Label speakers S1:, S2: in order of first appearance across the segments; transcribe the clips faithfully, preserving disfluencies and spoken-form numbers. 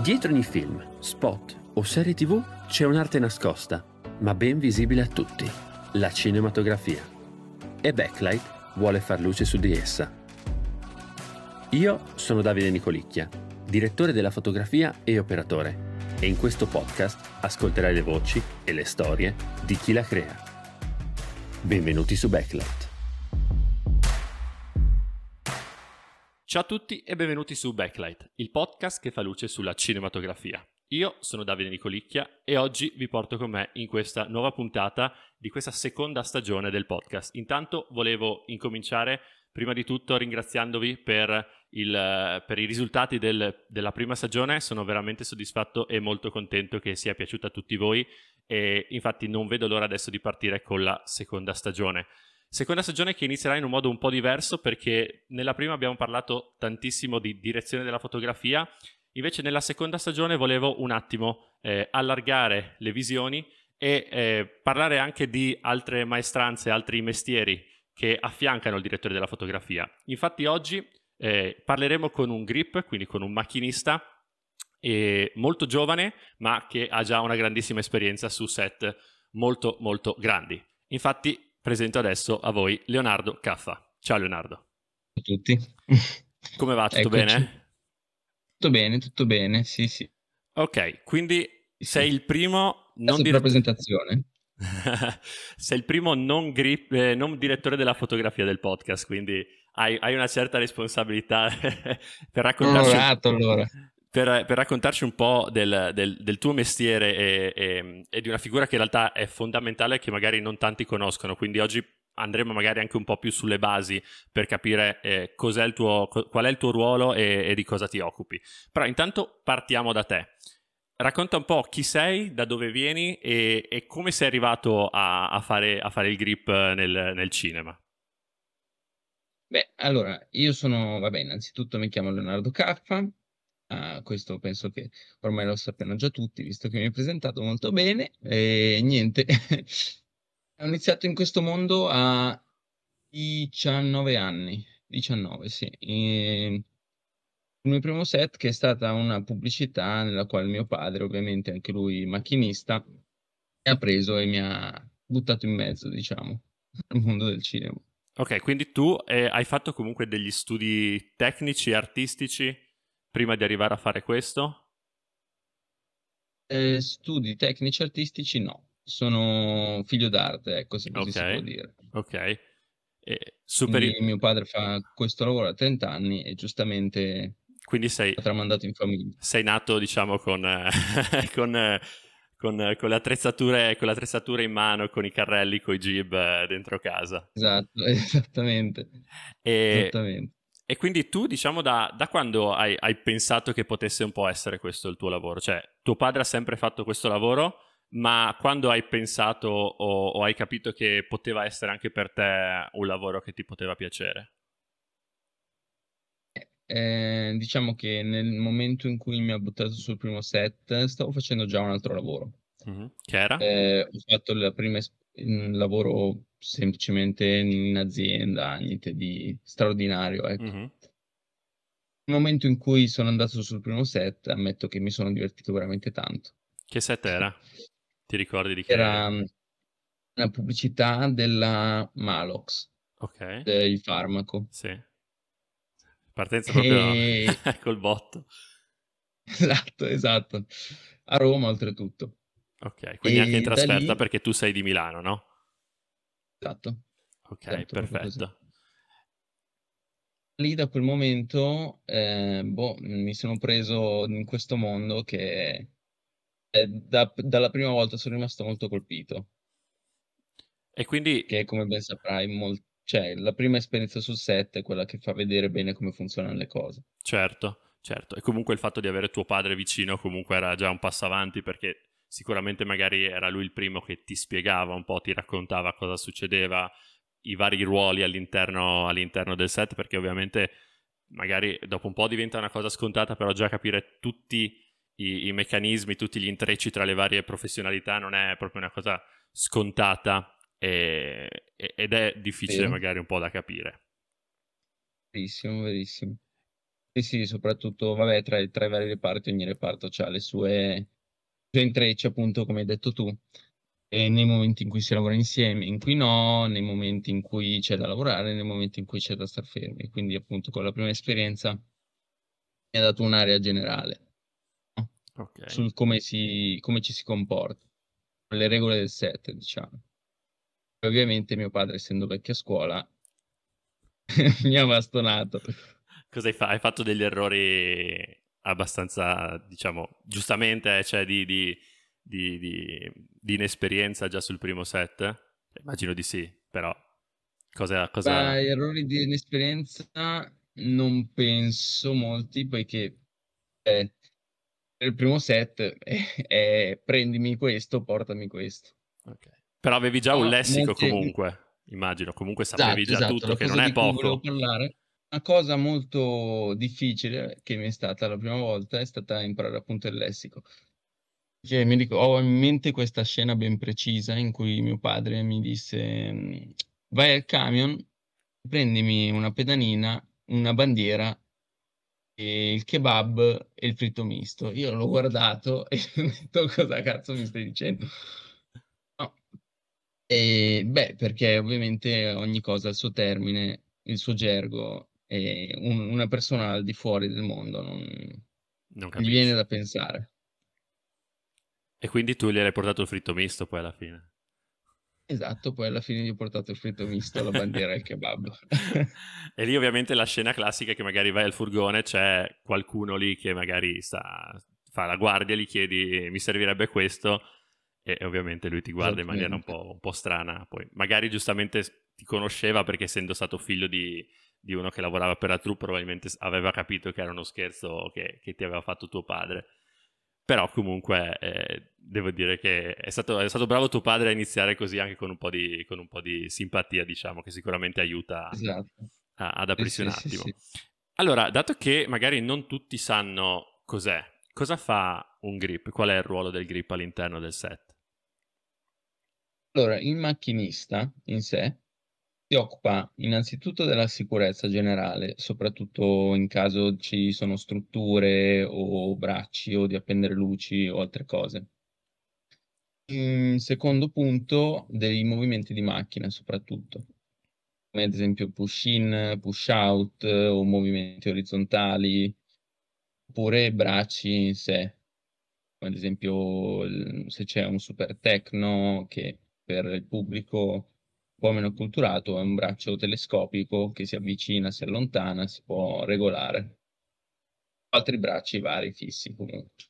S1: Dietro ogni film, spot o serie tivù c'è un'arte nascosta, ma ben visibile a tutti, la cinematografia. E Backlight vuole far luce su di essa. Io sono Davide Nicolicchia, direttore della fotografia e operatore, e in questo podcast ascolterai le voci e le storie di chi la crea. Benvenuti su Backlight.
S2: Ciao a tutti e benvenuti su Backlight, il podcast che fa luce sulla cinematografia. Io sono Davide Nicolicchia e oggi vi porto con me in questa nuova puntata di questa seconda stagione del podcast. Intanto volevo incominciare prima di tutto ringraziandovi per, il, per i risultati del, della prima stagione. Sono veramente soddisfatto e molto contento che sia piaciuta a tutti voi e infatti non vedo l'ora adesso di partire con la seconda stagione. Seconda stagione che inizierà in un modo un po' diverso perché nella prima abbiamo parlato tantissimo di direzione della fotografia, invece nella seconda stagione volevo un attimo eh, allargare le visioni e eh, parlare anche di altre maestranze, altri mestieri che affiancano il direttore della fotografia. Infatti oggi eh, parleremo con un grip, quindi con un macchinista eh, molto giovane ma che ha già una grandissima esperienza su set molto molto grandi. Infatti presento adesso a voi Leonardo Caffa. Ciao Leonardo.
S3: Ciao a tutti.
S2: Come va? Tutto
S3: Eccoci.
S2: bene?
S3: Tutto bene, tutto bene, sì sì.
S2: Ok, quindi
S3: Sì,
S2: sei
S3: sì.
S2: il primo non
S3: Grazie per la
S2: dirett-
S3: presentazione.
S2: sei il primo non, grip, eh, non direttore della fotografia del podcast, quindi hai, hai una certa responsabilità per raccontarci un...
S3: Onorato allora.
S2: Per, per raccontarci un po' del, del, del tuo mestiere e, e, e di una figura che in realtà è fondamentale e che magari non tanti conoscono, quindi oggi andremo magari anche un po' più sulle basi per capire eh, cos'è il tuo, qual è il tuo ruolo e, e di cosa ti occupi. Però intanto partiamo da te. Racconta un po' chi sei, da dove vieni e, e come sei arrivato a, a, fare, a fare il grip nel, nel cinema.
S3: Beh, allora, io sono, vabbè, innanzitutto mi chiamo Leonardo Caffa. Ah, questo penso che ormai lo sappiano già tutti, visto che mi hai presentato molto bene. E niente, ho iniziato in questo mondo a diciannove anni, diciannove, sì. E il mio primo set, che è stata una pubblicità nella quale mio padre, ovviamente anche lui macchinista, mi ha preso e mi ha buttato in mezzo, diciamo, al mondo del cinema.
S2: Ok, quindi tu eh, hai fatto comunque degli studi tecnici, artistici, prima di arrivare a fare questo?
S3: Eh, studi tecnici artistici no, sono figlio d'arte, ecco, se così si può
S2: Ok,
S3: dire.
S2: ok. E
S3: Quindi
S2: superi-
S3: mio padre fa questo lavoro a trenta anni e giustamente
S2: Quindi sei,
S3: l'ha tramandato in famiglia.
S2: sei nato, diciamo, con, eh, con, eh, con, eh, con le attrezzature, con le attrezzature in mano, con i carrelli, con i jib eh, dentro casa.
S3: Esatto, esattamente,
S2: E,
S3: esattamente.
S2: e quindi tu, diciamo, da, da quando hai, hai pensato che potesse un po' essere questo il tuo lavoro? Cioè, tuo padre ha sempre fatto questo lavoro, ma quando hai pensato o, o hai capito che poteva essere anche per te un lavoro che ti poteva piacere?
S3: Eh, diciamo che nel momento in cui mi ha buttato sul primo set, stavo facendo già un altro lavoro.
S2: Mhm. Che era?
S3: Eh, ho fatto la prima es- un lavoro semplicemente in azienda, niente di straordinario, ecco.
S2: Mhm.
S3: Nel momento in cui sono andato sul primo set, ammetto che mi sono divertito veramente tanto.
S2: Che set era? Ti ricordi di che?
S3: Era mm, una pubblicità della Malox,
S2: Ok,
S3: del farmaco.
S2: sì. Partenza proprio
S3: E...
S2: col botto.
S3: Esatto, esatto. A Roma, oltretutto.
S2: Ok, quindi anche in
S3: E da
S2: trasferta
S3: lì,
S2: perché tu sei di Milano, no?
S3: esatto,
S2: Ok,
S3: esatto, proprio così.
S2: perfetto.
S3: Lì da quel momento, eh, boh, mi sono preso in questo mondo che eh, da- dalla prima volta sono rimasto molto colpito,
S2: E quindi,
S3: che come ben saprai, mol- cioè, la prima esperienza sul set è quella che fa vedere bene come funzionano le cose.
S2: certo, certo. E comunque il fatto di avere tuo padre vicino comunque era già un passo avanti perché sicuramente magari era lui il primo che ti spiegava un po', ti raccontava cosa succedeva, i vari ruoli all'interno, all'interno del set, perché ovviamente magari dopo un po' diventa una cosa scontata, però già capire tutti i, i meccanismi, tutti gli intrecci tra le varie professionalità non è proprio una cosa scontata e- ed è difficile
S3: Vero?
S2: magari un po' da capire.
S3: Verissimo, verissimo. Sì, sì, soprattutto, vabbè, tra, i- tra i vari reparti, ogni reparto ha le sue, sue intrecci, appunto, come hai detto tu, e nei momenti in cui si lavora insieme, in cui no, nei momenti in cui c'è da lavorare, nei momenti in cui c'è da star fermi. Quindi, appunto, con la prima esperienza mi ha dato un'area generale, no?
S2: Ok.
S3: Sul come si, come ci si comporta, le regole del set, diciamo. E ovviamente mio padre, essendo vecchio a scuola, mi ha bastonato.
S2: Cosa hai, fa- hai fatto degli errori abbastanza, diciamo, giustamente, eh, cioè di, di- di- di- di inesperienza già sul primo set? Immagino di sì, però cosa, cosa...
S3: Ma errori di inesperienza non penso molti, poiché eh, il primo set è, è prendimi questo, portami questo.
S2: ok. Però avevi già un
S3: No,
S2: lessico
S3: molte,
S2: comunque, immagino, comunque sapevi
S3: esatto,
S2: già
S3: esatto,
S2: tutto,
S3: la
S2: che non
S3: cosa
S2: è
S3: di cui volevo
S2: poco.
S3: parlare, una cosa molto difficile che mi è stata la prima volta è stata imparare appunto il lessico. Che mi ric- ho in mente questa scena ben precisa in cui mio padre mi disse: mm, vai al camion, prendimi una pedalina, una bandiera, e il kebab e il fritto misto. Io l'ho guardato e ho detto: cosa cazzo mi stai dicendo? No. E, beh, perché ovviamente ogni cosa ha il suo termine, il suo gergo, e un- una persona al di fuori del mondo non
S2: Non
S3: gli viene
S2: capisce.
S3: da pensare.
S2: E quindi tu gli hai portato il fritto misto poi alla fine.
S3: Esatto, poi alla fine gli ho portato il fritto misto, la bandiera e il kebab.
S2: E lì ovviamente la scena classica è che magari vai al furgone, c'è qualcuno lì che magari sta, fa la guardia, gli chiedi mi servirebbe questo e ovviamente lui ti guarda in maniera un
S3: Esattamente.
S2: po', un po' strana. Poi magari giustamente ti conosceva perché essendo stato figlio di, di uno che lavorava per la troupe probabilmente aveva capito che era uno scherzo che, che ti aveva fatto tuo padre. Però comunque eh, devo dire che è stato, è stato bravo tuo padre a iniziare così anche con un po' di, con un po' di simpatia, diciamo, che sicuramente aiuta
S3: Esatto.
S2: a- ad
S3: Sì,
S2: aprirsi un
S3: sì, sì,
S2: attimo.
S3: sì.
S2: Allora, dato che magari non tutti sanno cos'è, cosa fa un grip? Qual è il ruolo del grip all'interno del set?
S3: Allora, il macchinista in sé si occupa innanzitutto della sicurezza generale, soprattutto in caso ci sono strutture o bracci o di appendere luci o altre cose. In secondo punto, dei movimenti di macchina, soprattutto, come ad esempio push in, push out eh, o movimenti orizzontali, oppure bracci in sé, come ad esempio il- se c'è un super techno che per il pubblico un po' meno acculturato è un braccio telescopico che si avvicina, si allontana, si può regolare. Altri bracci vari, fissi comunque.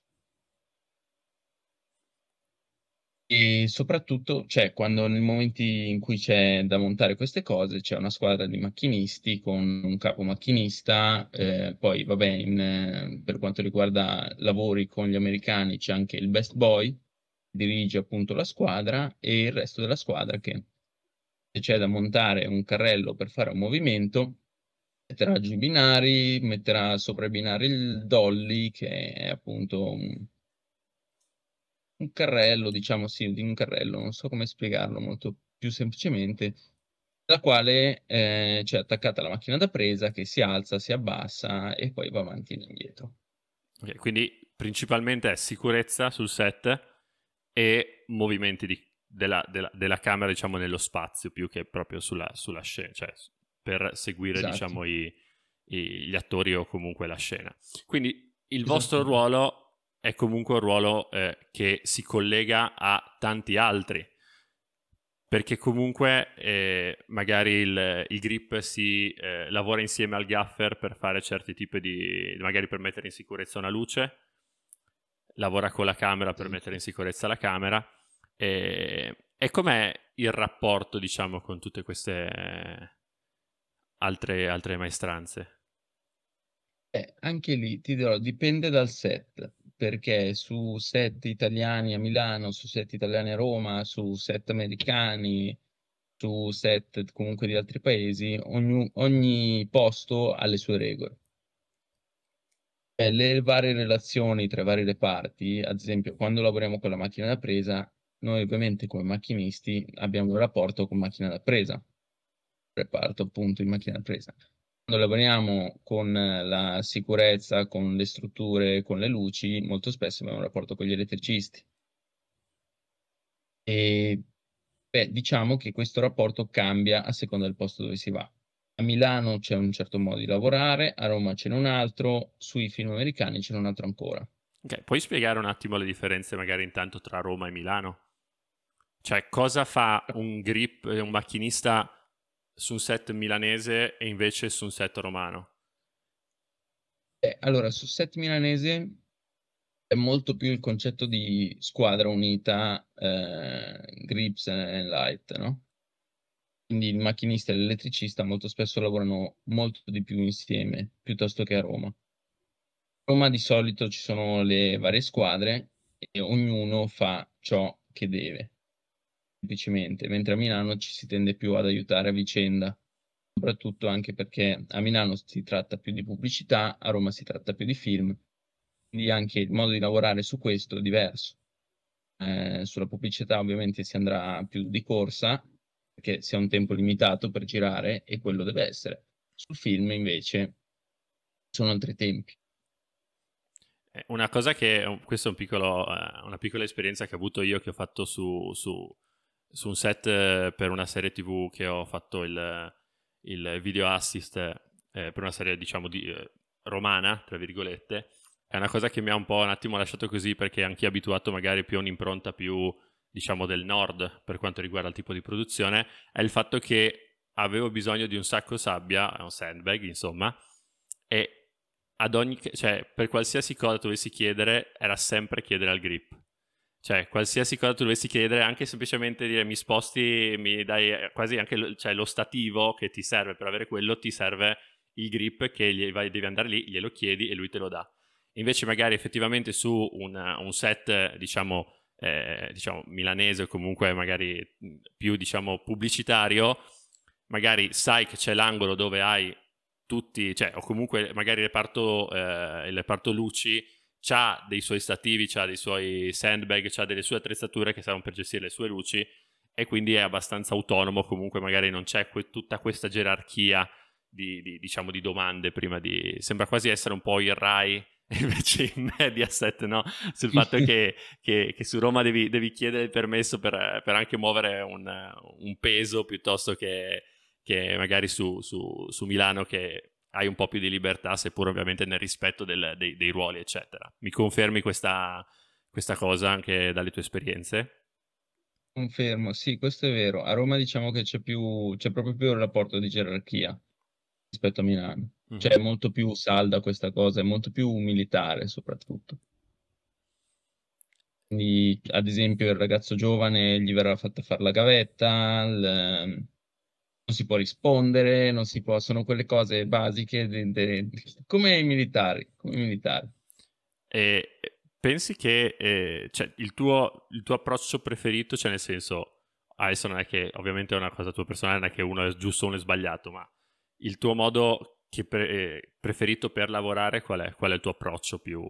S3: E soprattutto, cioè, quando nei momenti in cui c'è da montare queste cose, c'è una squadra di macchinisti con un capo macchinista, eh, poi vabbè, in, eh, per quanto riguarda lavori con gli americani c'è anche il best boy, dirige appunto la squadra e il resto della squadra che se c'è da montare un carrello per fare un movimento, metterà giù i binari, metterà sopra i binari il dolly, che è appunto un un carrello, diciamo sì, di un carrello, non so come spiegarlo molto più semplicemente, la quale eh, c'è attaccata la macchina da presa che si alza, si abbassa e poi va avanti e indietro.
S2: Ok, quindi principalmente è sicurezza sul set e movimenti di- della, della- della camera, diciamo, nello spazio, più che proprio sulla, sulla scena, cioè per seguire,
S3: Esatto,
S2: diciamo, i- i- gli attori o comunque la scena. Quindi il vostro
S3: esattamente.
S2: ruolo è comunque un ruolo eh, che si collega a tanti altri, perché comunque eh, magari il, il grip si eh, lavora insieme al gaffer per fare certi tipi di, magari per mettere in sicurezza una luce, lavora con la camera per mettere
S3: Esatto.
S2: in sicurezza la camera. E, e com'è il rapporto, diciamo, con tutte queste eh, altre, altre maestranze?
S3: Eh, anche lì ti dirò, dipende dal set, perché su set italiani a Milano, su set italiani a Roma, su set americani, su set comunque di altri paesi, ogni, ogni posto ha le sue regole. Eh, le varie relazioni tra i vari reparti, ad esempio, quando lavoriamo con la macchina da presa, noi ovviamente come macchinisti abbiamo un rapporto con macchina da presa, reparto appunto in macchina da presa. Quando lavoriamo con la sicurezza, con le strutture, con le luci, molto spesso abbiamo un rapporto con gli elettricisti. E beh, diciamo che questo rapporto cambia a seconda del posto dove si va. A Milano c'è un certo modo di lavorare, a Roma ce n'è un altro, sui film americani ce n'è un altro ancora.
S2: Ok, puoi spiegare un attimo le differenze magari intanto tra Roma e Milano? Cioè, cosa fa un grip, eh, un macchinista su un set milanese e invece su un set romano?
S3: Eh, allora, sul set milanese è molto più il concetto di squadra unita, eh, grips and light, no? Quindi il macchinista e l'elettricista molto spesso lavorano molto di più insieme, piuttosto che a Roma. A Roma di solito ci sono le varie squadre e ognuno fa ciò che deve, semplicemente, mentre a Milano ci si tende più ad aiutare a vicenda, soprattutto anche perché a Milano si tratta più di pubblicità, a Roma si tratta più di film, quindi anche il modo di lavorare su questo è diverso. Eh, sulla pubblicità ovviamente si andrà più di corsa, perché si ha un tempo limitato per girare e quello deve essere. Sul film invece sono altri tempi.
S2: Eh, Una cosa che, questa è un piccolo, eh, una piccola esperienza che ho avuto io, che ho fatto su, su, su un set eh, per una serie T V che ho fatto il, il video assist eh, per una serie, diciamo, di, eh, romana, tra virgolette. È una cosa che mi ha un po' un attimo lasciato così, perché anche abituato magari più a un'impronta più, diciamo, del nord per quanto riguarda il tipo di produzione, è il fatto che avevo bisogno di un sacco sabbia, un sandbag, insomma, e ad ogni, cioè, per qualsiasi cosa tu dovessi chiedere, era sempre chiedere al grip. Cioè, qualsiasi cosa tu dovessi chiedere, anche semplicemente dire mi sposti, mi dai quasi anche lo, cioè, lo stativo che ti serve per avere quello, ti serve il grip che gli vai, devi andare lì, glielo chiedi e lui te lo dà. Invece magari effettivamente su una, un set, diciamo, eh, diciamo, milanese o comunque magari più, diciamo, pubblicitario, magari sai che c'è l'angolo dove hai tutti, cioè, o comunque magari il reparto, eh, il reparto luci c'ha dei suoi stativi, c'ha dei suoi sandbag, c'ha delle sue attrezzature che servono per gestire le sue luci e quindi è abbastanza autonomo, comunque magari non c'è que- tutta questa gerarchia di, di, diciamo, di domande prima di... Sembra quasi essere un po' il Rai invece in Mediaset, no? Sul fatto che, che, che su Roma devi, devi chiedere il permesso per, per anche muovere un, un peso piuttosto che, che magari su, su, su Milano che hai un po' più di libertà, seppur ovviamente nel rispetto del, dei, dei ruoli, eccetera. Mi confermi questa, questa cosa anche dalle tue esperienze?
S3: Confermo, sì, questo è vero. A Roma diciamo che c'è più, c'è proprio più il rapporto di gerarchia rispetto a Milano. Cioè
S2: Mhm.
S3: è molto più salda questa cosa, è molto più militare soprattutto. Quindi, ad esempio, il ragazzo giovane gli verrà fatta fare la gavetta, il- non si può rispondere, non si può, sono quelle cose basiche, de- de- come i militari, come i militari.
S2: E pensi che eh, cioè, il tuo, il tuo approccio preferito, cioè nel senso, adesso non è che ovviamente è una cosa tua personale, non è che uno è giusto o uno è sbagliato, ma il tuo modo che pre- eh, preferito per lavorare qual è? Qual è il tuo approccio più...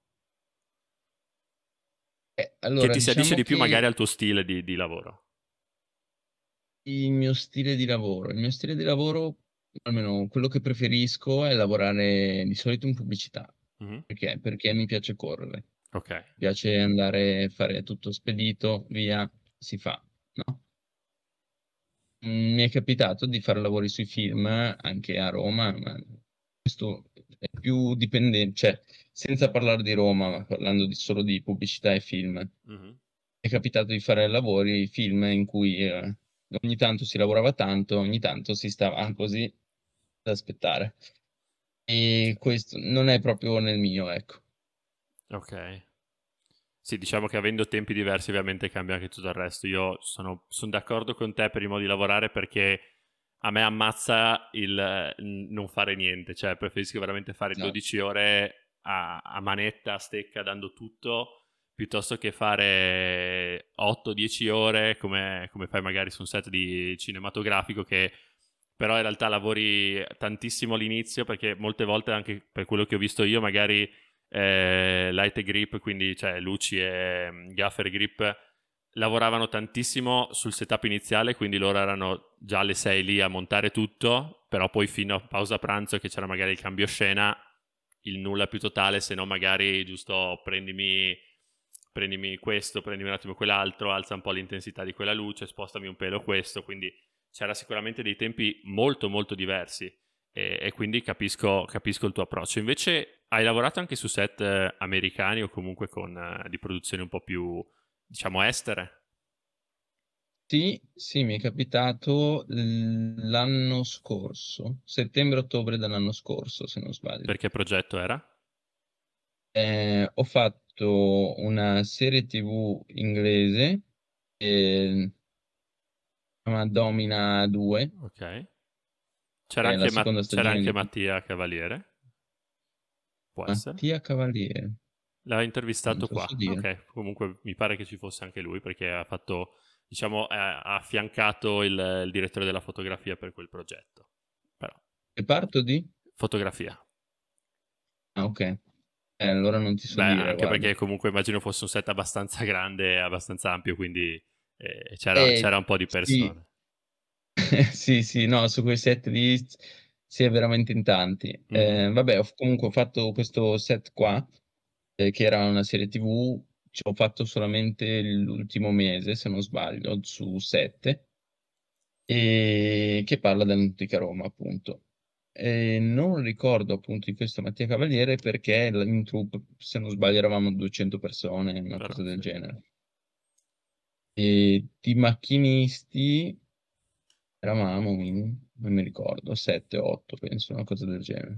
S3: Eh,
S2: che
S3: allora,
S2: ti si addice
S3: diciamo
S2: di più magari
S3: che
S2: al tuo stile di, di lavoro?
S3: il mio stile di lavoro, il mio stile di lavoro, almeno quello che preferisco, è lavorare di solito in pubblicità.
S2: Mhm.
S3: Perché? Perché mi piace correre, mi
S2: Ok.
S3: piace andare a fare tutto spedito, via, si fa, no? Mm, Mi è capitato di fare lavori sui film anche a Roma, ma questo è più dipendente, cioè senza parlare di Roma, ma parlando di- solo di pubblicità e film.
S2: Mhm.
S3: È capitato di fare lavori, film in cui eh, ogni tanto si lavorava tanto, ogni tanto si stava così ad aspettare. E questo non è proprio nel mio, ecco.
S2: Ok. Sì, diciamo che avendo tempi diversi ovviamente cambia anche tutto il resto. Io sono, sono d'accordo con te per il modo di lavorare perché a me ammazza il eh, non fare niente, cioè preferisco veramente fare
S3: Esatto.
S2: dodici ore a, a manetta, a stecca, dando tutto, piuttosto che fare otto dieci ore come, come fai magari su un set di cinematografico che però in realtà lavori tantissimo all'inizio perché molte volte anche per quello che ho visto io magari eh, light e grip, quindi cioè luci e mm, gaffer e grip lavoravano tantissimo sul setup iniziale, quindi loro erano già alle sei lì a montare tutto, però poi fino a pausa pranzo che c'era magari il cambio scena, il nulla più totale, se no magari giusto prendimi, prendimi questo, prendimi un attimo quell'altro, alza un po' l'intensità di quella luce, spostami un pelo questo, quindi c'era sicuramente dei tempi molto molto diversi e, e quindi capisco, capisco il tuo approccio. Invece hai lavorato anche su set eh, americani o comunque con eh, di produzioni un po' più, diciamo, estere?
S3: Sì, sì, mi è capitato l'anno scorso, settembre-ottobre dell'anno scorso, se non sbaglio.
S2: Per che progetto era?
S3: Eh, ho fatto una serie T V inglese, eh, si chiama Domina due,
S2: Ok. C'era
S3: è la
S2: anche, Ma-
S3: seconda
S2: c'era
S3: stagione
S2: anche
S3: di
S2: Mattia Cavaliere? Può essere?
S3: Mattia Cavaliere,
S2: L'aveva
S3: non
S2: intervistato
S3: so se
S2: qua.
S3: dire.
S2: Ok, comunque mi pare che ci fosse anche lui perché ha fatto, diciamo, ha ha affiancato il, il direttore della fotografia per quel progetto. Però,
S3: Reparto di?
S2: fotografia.
S3: Ah, ok. Eh, allora non ti so
S2: Beh,
S3: dire,
S2: anche
S3: guarda.
S2: perché comunque immagino fosse un set abbastanza grande e abbastanza ampio, quindi eh, c'era,
S3: Eh,
S2: c'era un po' di
S3: sì,
S2: persone.
S3: sì, sì, no, su quei set lì si è veramente in tanti.
S2: Mhm.
S3: Eh, vabbè, ho comunque fatto questo set qua, eh, che era una serie T V, ci ho fatto solamente l'ultimo mese, se non sbaglio, su sette, e che parla dell'Antica Roma, appunto. E non ricordo appunto di questo Mattia Cavaliere perché in troupe, se non sbaglio, eravamo duecento persone, una
S2: Però
S3: cosa del
S2: sì.
S3: genere. E di macchinisti eravamo in, non mi ricordo, sette otto, penso, una cosa del genere.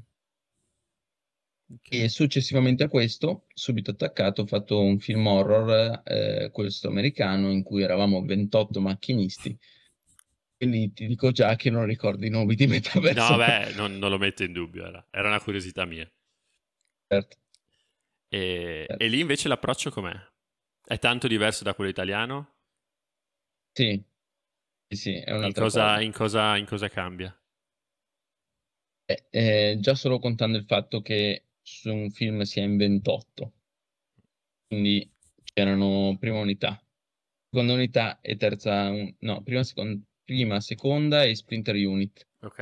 S3: E
S2: Ok.
S3: successivamente a questo, subito attaccato, ho fatto un film horror, eh, questo americano, in cui eravamo ventotto macchinisti. E lì ti dico già che non ricordo i nomi di metà
S2: No,
S3: persone.
S2: beh, non, non lo metto in dubbio, era, era una curiosità mia.
S3: Certo,
S2: E, e
S3: certo.
S2: lì invece l'approccio com'è? È tanto diverso da quello italiano?
S3: Sì, sì, sì, è
S2: In
S3: un'altra
S2: cosa,
S3: cosa.
S2: in cosa, in cosa cambia?
S3: Eh, eh, già solo contando il fatto che su un film si è in ventotto, quindi c'erano prima unità, seconda unità e terza, un- no, prima, secon- prima, seconda e Splinter Unit.
S2: Ok?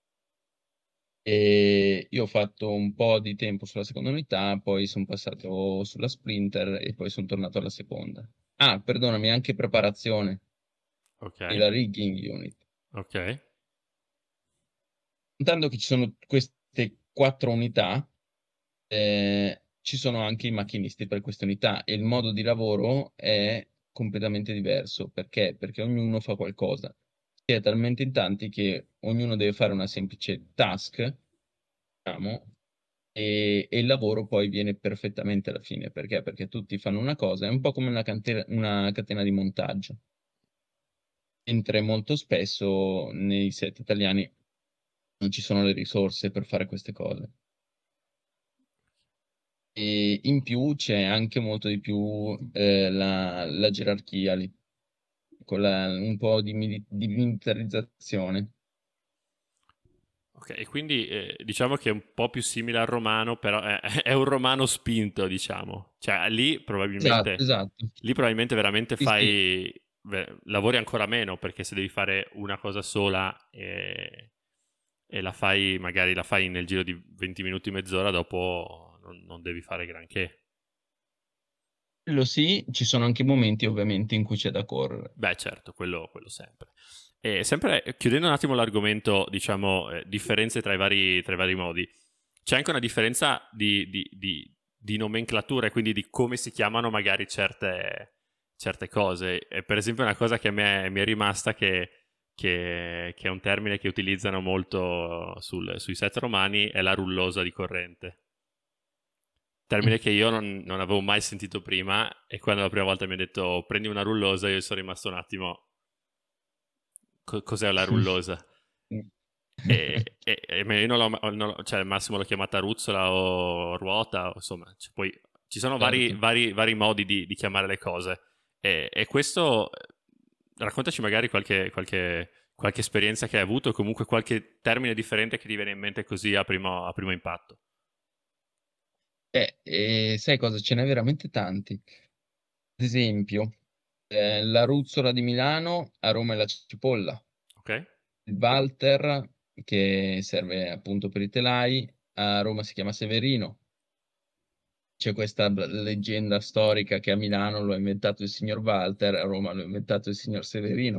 S3: E io ho fatto un po' di tempo sulla seconda unità, poi sono passato sulla Splinter e poi sono tornato alla seconda. Ah, perdonami, anche preparazione
S2: Ok,
S3: e la rigging unit.
S2: ok.
S3: Contando che ci sono queste quattro unità, eh, ci sono anche i macchinisti per queste unità e il modo di lavoro è completamente diverso. Perché? Perché ognuno fa qualcosa. Si è talmente in tanti che ognuno deve fare una semplice task, diciamo, e, e il lavoro poi viene perfettamente alla fine. Perché? Perché tutti fanno una cosa, è un po' come una, cante- una catena di montaggio. Mentre molto spesso nei set italiani non ci sono le risorse per fare queste cose. E in più c'è anche molto di più eh, la, la gerarchia lì, con la- un po' di, mili- di militarizzazione.
S2: Ok, e quindi eh, diciamo che è un po' più simile al romano, però è, è un romano spinto, diciamo. Cioè, lì
S3: Esatto,
S2: probabilmente,
S3: esatto.
S2: lì probabilmente veramente
S3: Sì, sì.
S2: fai, beh, lavori ancora meno, perché se devi fare una cosa sola e, e la fai, magari la fai nel giro di venti minuti, mezz'ora, dopo non, non devi fare granché.
S3: Quello sì, ci sono anche momenti ovviamente in cui c'è da correre.
S2: Beh, certo, quello, quello sempre. E sempre eh, chiudendo un attimo l'argomento, diciamo, eh, differenze tra i vari, tra i vari modi, c'è anche una differenza di, di- di- di nomenclatura e quindi di come si chiamano magari certe, certe cose. E per esempio una cosa che a me mi è rimasta che, che- che è un termine che utilizzano molto sul- sui set romani è la rullosa di corrente. Termine che io non, non avevo mai sentito prima e quando la prima volta mi ha detto prendi una rullosa io sono rimasto un attimo co- cos'è la rullosa? E, e- e me- io non l'ho, non l'ho- cioè al massimo l'ho chiamata ruzzola o ruota, o insomma, cioè, poi ci sono vari,
S3: Certo.
S2: vari- vari modi di, di chiamare le cose. E, e questo, eh, raccontaci magari qualche, qualche, qualche esperienza che hai avuto, o comunque qualche termine differente che ti viene in mente così a primo, a primo impatto.
S3: Eh, e sai cosa? Ce n'è veramente tanti. Ad esempio, Eh, la Ruzzola di Milano, a Roma è la cipolla.
S2: Ok?
S3: Il Walter, che serve appunto per i telai, a Roma si chiama Severino. C'è questa b- leggenda storica che a Milano lo ha inventato il signor Walter, a Roma lo ha inventato il signor Severino.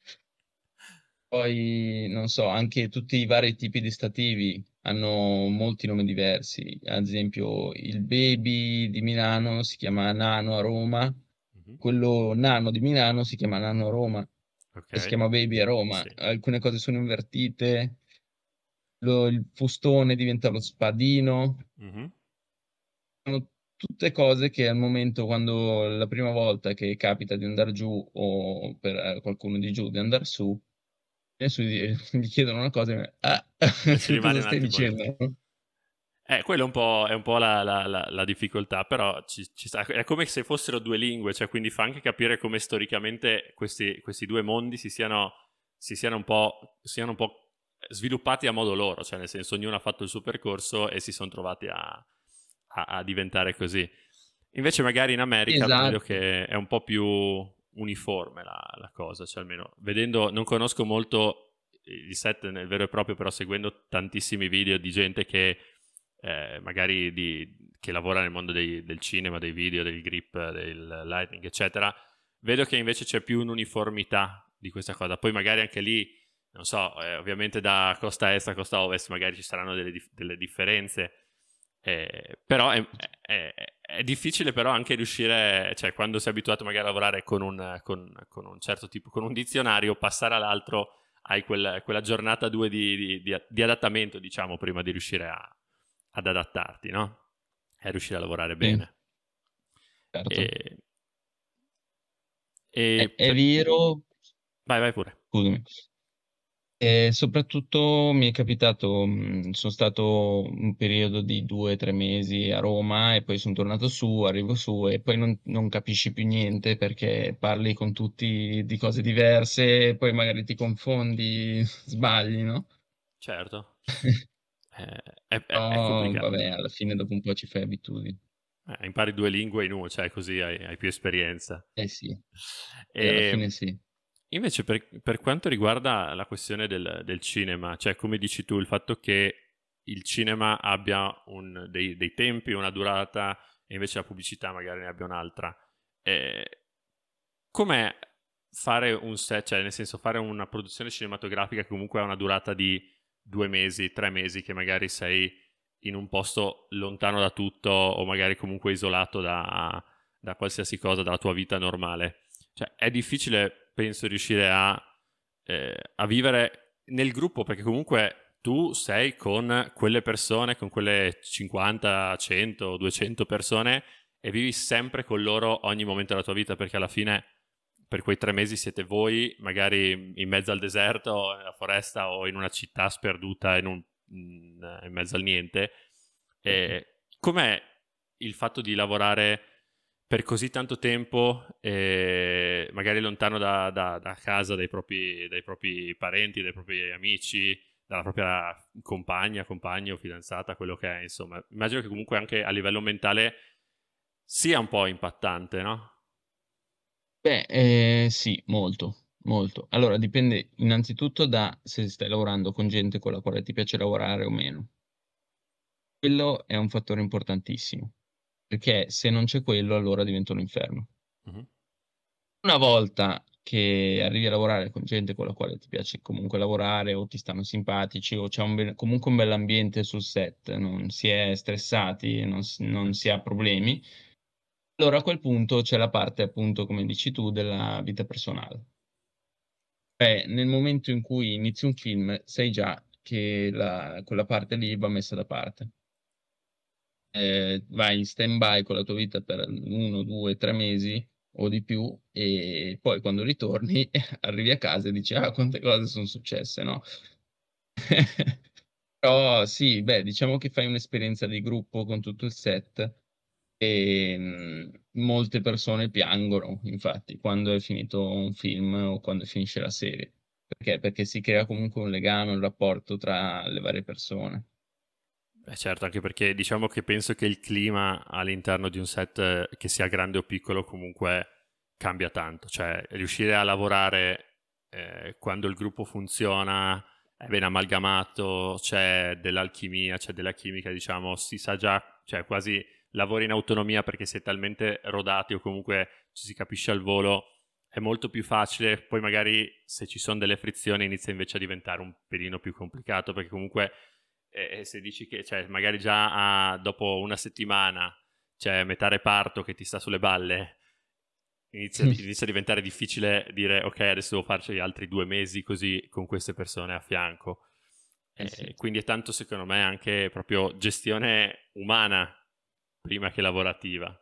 S3: Poi, non so, anche tutti i vari tipi di stativi hanno molti nomi diversi. Ad esempio, il Baby di Milano si chiama Nano a Roma,
S2: Mhm.
S3: quello Nano di Milano si chiama Nano a Roma e si
S2: Ok?
S3: chiama Baby a Roma.
S2: Sì.
S3: Alcune cose sono invertite, lo- il fustone diventa lo spadino.
S2: Mhm.
S3: Sono tutte cose che al momento, quando la prima volta che capita di andare giù o per eh, qualcuno di giù di andare su, adesso gli, gli chiedono una cosa e ah,
S2: E ci rimane
S3: cosa
S2: un
S3: stai
S2: attimo lì.
S3: dicendo?
S2: Eh, quello è un po', è un po' la, la- la- la difficoltà, però ci, ci sta. È come se fossero due lingue, cioè quindi fa anche capire come storicamente questi, questi due mondi si siano, si siano un po', siano un po' sviluppati a modo loro, cioè nel senso ognuno ha fatto il suo percorso e si sono trovati a, a- a diventare così. Invece magari in America vedo
S3: Esatto.
S2: che è un po' più uniforme la, la cosa, cioè almeno vedendo, non conosco molto il set nel vero e proprio, però seguendo tantissimi video di gente che eh, magari di, che lavora nel mondo dei- del cinema, dei video, del grip, del lighting, eccetera, vedo che invece c'è più un'uniformità di questa cosa. Poi magari anche lì, non so, eh, ovviamente da costa est a costa ovest magari ci saranno delle, dif- delle differenze, eh, però è, è- è difficile però anche riuscire, cioè quando sei abituato magari a lavorare con un, con, con un certo tipo, con un dizionario, passare all'altro hai quel- quella giornata due di, di- di- di adattamento, diciamo, prima di riuscire a- ad adattarti, no? E a riuscire a lavorare
S3: Sì,
S2: bene.
S3: certo.
S2: E,
S3: È,
S2: e
S3: è
S2: per-
S3: vero,
S2: Vai, vai pure.
S3: scusami. E soprattutto mi è capitato, mh, sono stato un periodo di due o tre mesi a Roma e poi sono tornato su, arrivo su e poi non, non capisci più niente perché parli con tutti di cose diverse e poi magari ti confondi, sbagli, no?
S2: Certo. Eh, è, è- è
S3: Però
S2: complicato.
S3: vabbè, alla fine dopo un po' ci fai abitudine.
S2: Eh, impari due lingue in uno, cioè così hai, hai più esperienza.
S3: Eh sì, e alla
S2: E
S3: fine sì.
S2: invece per, per quanto riguarda la questione del, del cinema, cioè come dici tu, il fatto che il cinema abbia un- dei, dei tempi, una durata, e invece la pubblicità magari ne abbia un'altra, eh, com'è fare un set, cioè nel senso fare una produzione cinematografica che comunque ha una durata di due mesi, tre mesi, che magari sei in un posto lontano da tutto o magari comunque isolato da, da qualsiasi cosa, dalla tua vita normale. Cioè è difficile, penso, riuscire a, eh, a vivere nel gruppo perché comunque tu sei con quelle persone, con quelle cinquanta, cento, duecento persone e vivi sempre con loro ogni momento della tua vita perché alla fine per quei tre mesi siete voi, magari in mezzo al deserto, nella foresta o in una città sperduta in, un- in- in mezzo al niente. E com'è il fatto di lavorare per così tanto tempo, eh, magari lontano da, da- da casa, dai propri, dai propri parenti, dai propri amici, dalla propria compagna, compagno, fidanzata, quello che è, insomma. Immagino che comunque anche a livello mentale sia un po' impattante, no?
S3: Beh, eh, sì, molto, molto. Allora, dipende innanzitutto da se stai lavorando con gente con la quale ti piace lavorare o meno. Quello è un fattore importantissimo, perché se non c'è quello, allora diventa un inferno.
S2: Mhm.
S3: Una volta che arrivi a lavorare con gente con la quale ti piace comunque lavorare o ti stanno simpatici o c'è un bel- comunque un bell'ambiente sul set, non si è stressati, non, s- non si ha problemi, allora a quel punto c'è la parte, appunto, come dici tu, della vita personale. Beh, nel momento in cui inizi un film, sai già che la- quella parte lì va messa da parte. Eh, vai in stand-by con la tua vita per uno, due, tre mesi o di più, e poi quando ritorni arrivi a casa e dici: Ah, quante cose sono successe, no? Però sì, beh, diciamo che fai un'esperienza di gruppo con tutto il set e mh, molte persone piangono, infatti, quando è finito un film o quando finisce la serie. Perché? Perché si crea comunque un legame, un rapporto tra le varie persone.
S2: Eh certo, anche perché diciamo che penso che il clima all'interno di un set, eh, che sia grande o piccolo, comunque cambia tanto, cioè riuscire a lavorare eh, quando il gruppo funziona, è ben amalgamato, c'è dell'alchimia, c'è della chimica, diciamo, si sa già, cioè quasi lavori in autonomia perché sei talmente rodati o comunque ci si capisce al volo, è molto più facile. Poi magari se ci sono delle frizioni inizia invece a diventare un pelino più complicato, perché comunque eh, se dici che cioè, magari già a, dopo una settimana c'è metà reparto che ti sta sulle balle, inizia, inizia a diventare difficile dire ok, adesso devo farci altri due mesi così con queste persone a fianco.
S3: Eh
S2: Eh,
S3: sì.
S2: quindi è tanto secondo me anche proprio gestione umana prima che lavorativa.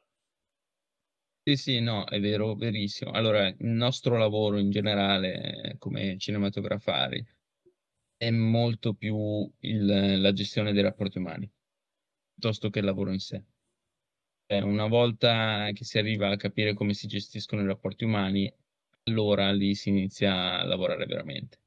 S3: Sì, sì, no, è vero, verissimo. Allora, il nostro lavoro in generale eh, come cinematografari è molto più il- la gestione dei rapporti umani, piuttosto che il lavoro in sé. Eh, una volta che si arriva a capire come si gestiscono i rapporti umani, allora lì si inizia a lavorare veramente.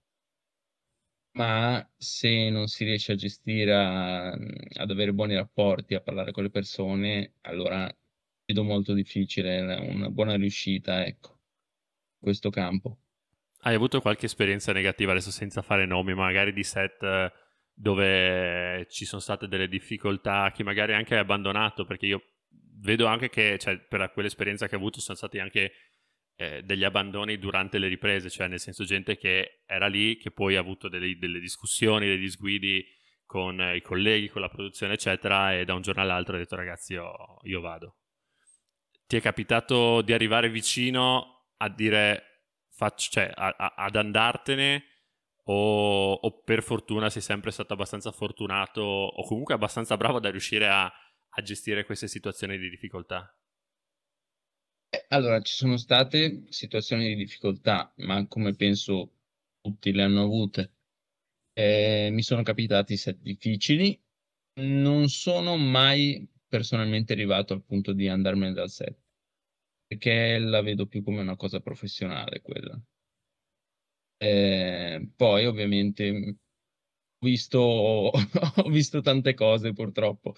S3: Ma se non si riesce a gestire, a- ad avere buoni rapporti, a parlare con le persone, allora vedo molto difficile la- una buona riuscita, ecco, in questo campo.
S2: Hai avuto qualche esperienza negativa, adesso senza fare nomi, magari di set eh, dove ci sono state delle difficoltà, che magari anche hai abbandonato, perché io vedo anche che, cioè, per quell'esperienza che ho avuto sono stati anche eh, degli abbandoni durante le riprese, cioè nel senso gente che era lì, che poi ha avuto delle, delle discussioni, dei disguidi con eh, i colleghi, con la produzione, eccetera, e da un giorno all'altro ha detto ragazzi io, io vado. Ti è capitato di arrivare vicino a dire faccio, cioè, a- a- ad andartene o, o per fortuna sei sempre stato abbastanza fortunato o comunque abbastanza bravo da riuscire a, a gestire queste situazioni di difficoltà?
S3: Eh, Allora, ci sono state situazioni di difficoltà, ma come penso tutti le hanno avute. Eh, mi sono capitati set difficili, non sono mai personalmente arrivato al punto di andarmene dal set, perché la vedo più come una cosa professionale quella. Eh, poi ovviamente mh, ho visto, ho visto tante cose purtroppo.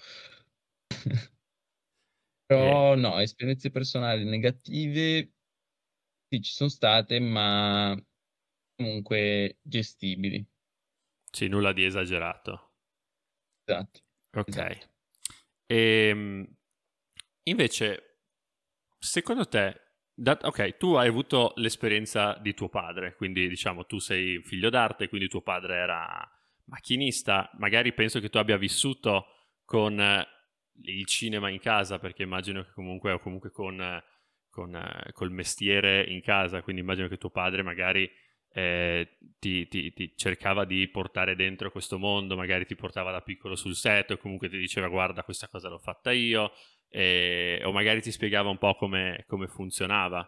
S2: E,
S3: Però no, esperienze personali negative sì, ci sono state, ma comunque gestibili.
S2: sì, nulla di esagerato.
S3: Esatto,
S2: Ok.
S3: esatto.
S2: E invece, secondo te, da- ok, tu hai avuto l'esperienza di tuo padre, quindi diciamo tu sei figlio d'arte, quindi tuo padre era macchinista, magari penso che tu abbia vissuto con eh, il cinema in casa, perché immagino che comunque, o comunque con, eh, con, eh, col mestiere in casa, quindi immagino che tuo padre magari eh, ti, ti- ti cercava di portare dentro questo mondo, magari ti portava da piccolo sul set o comunque ti diceva guarda questa cosa l'ho fatta io, e- o magari ti spiegava un po' come, come funzionava.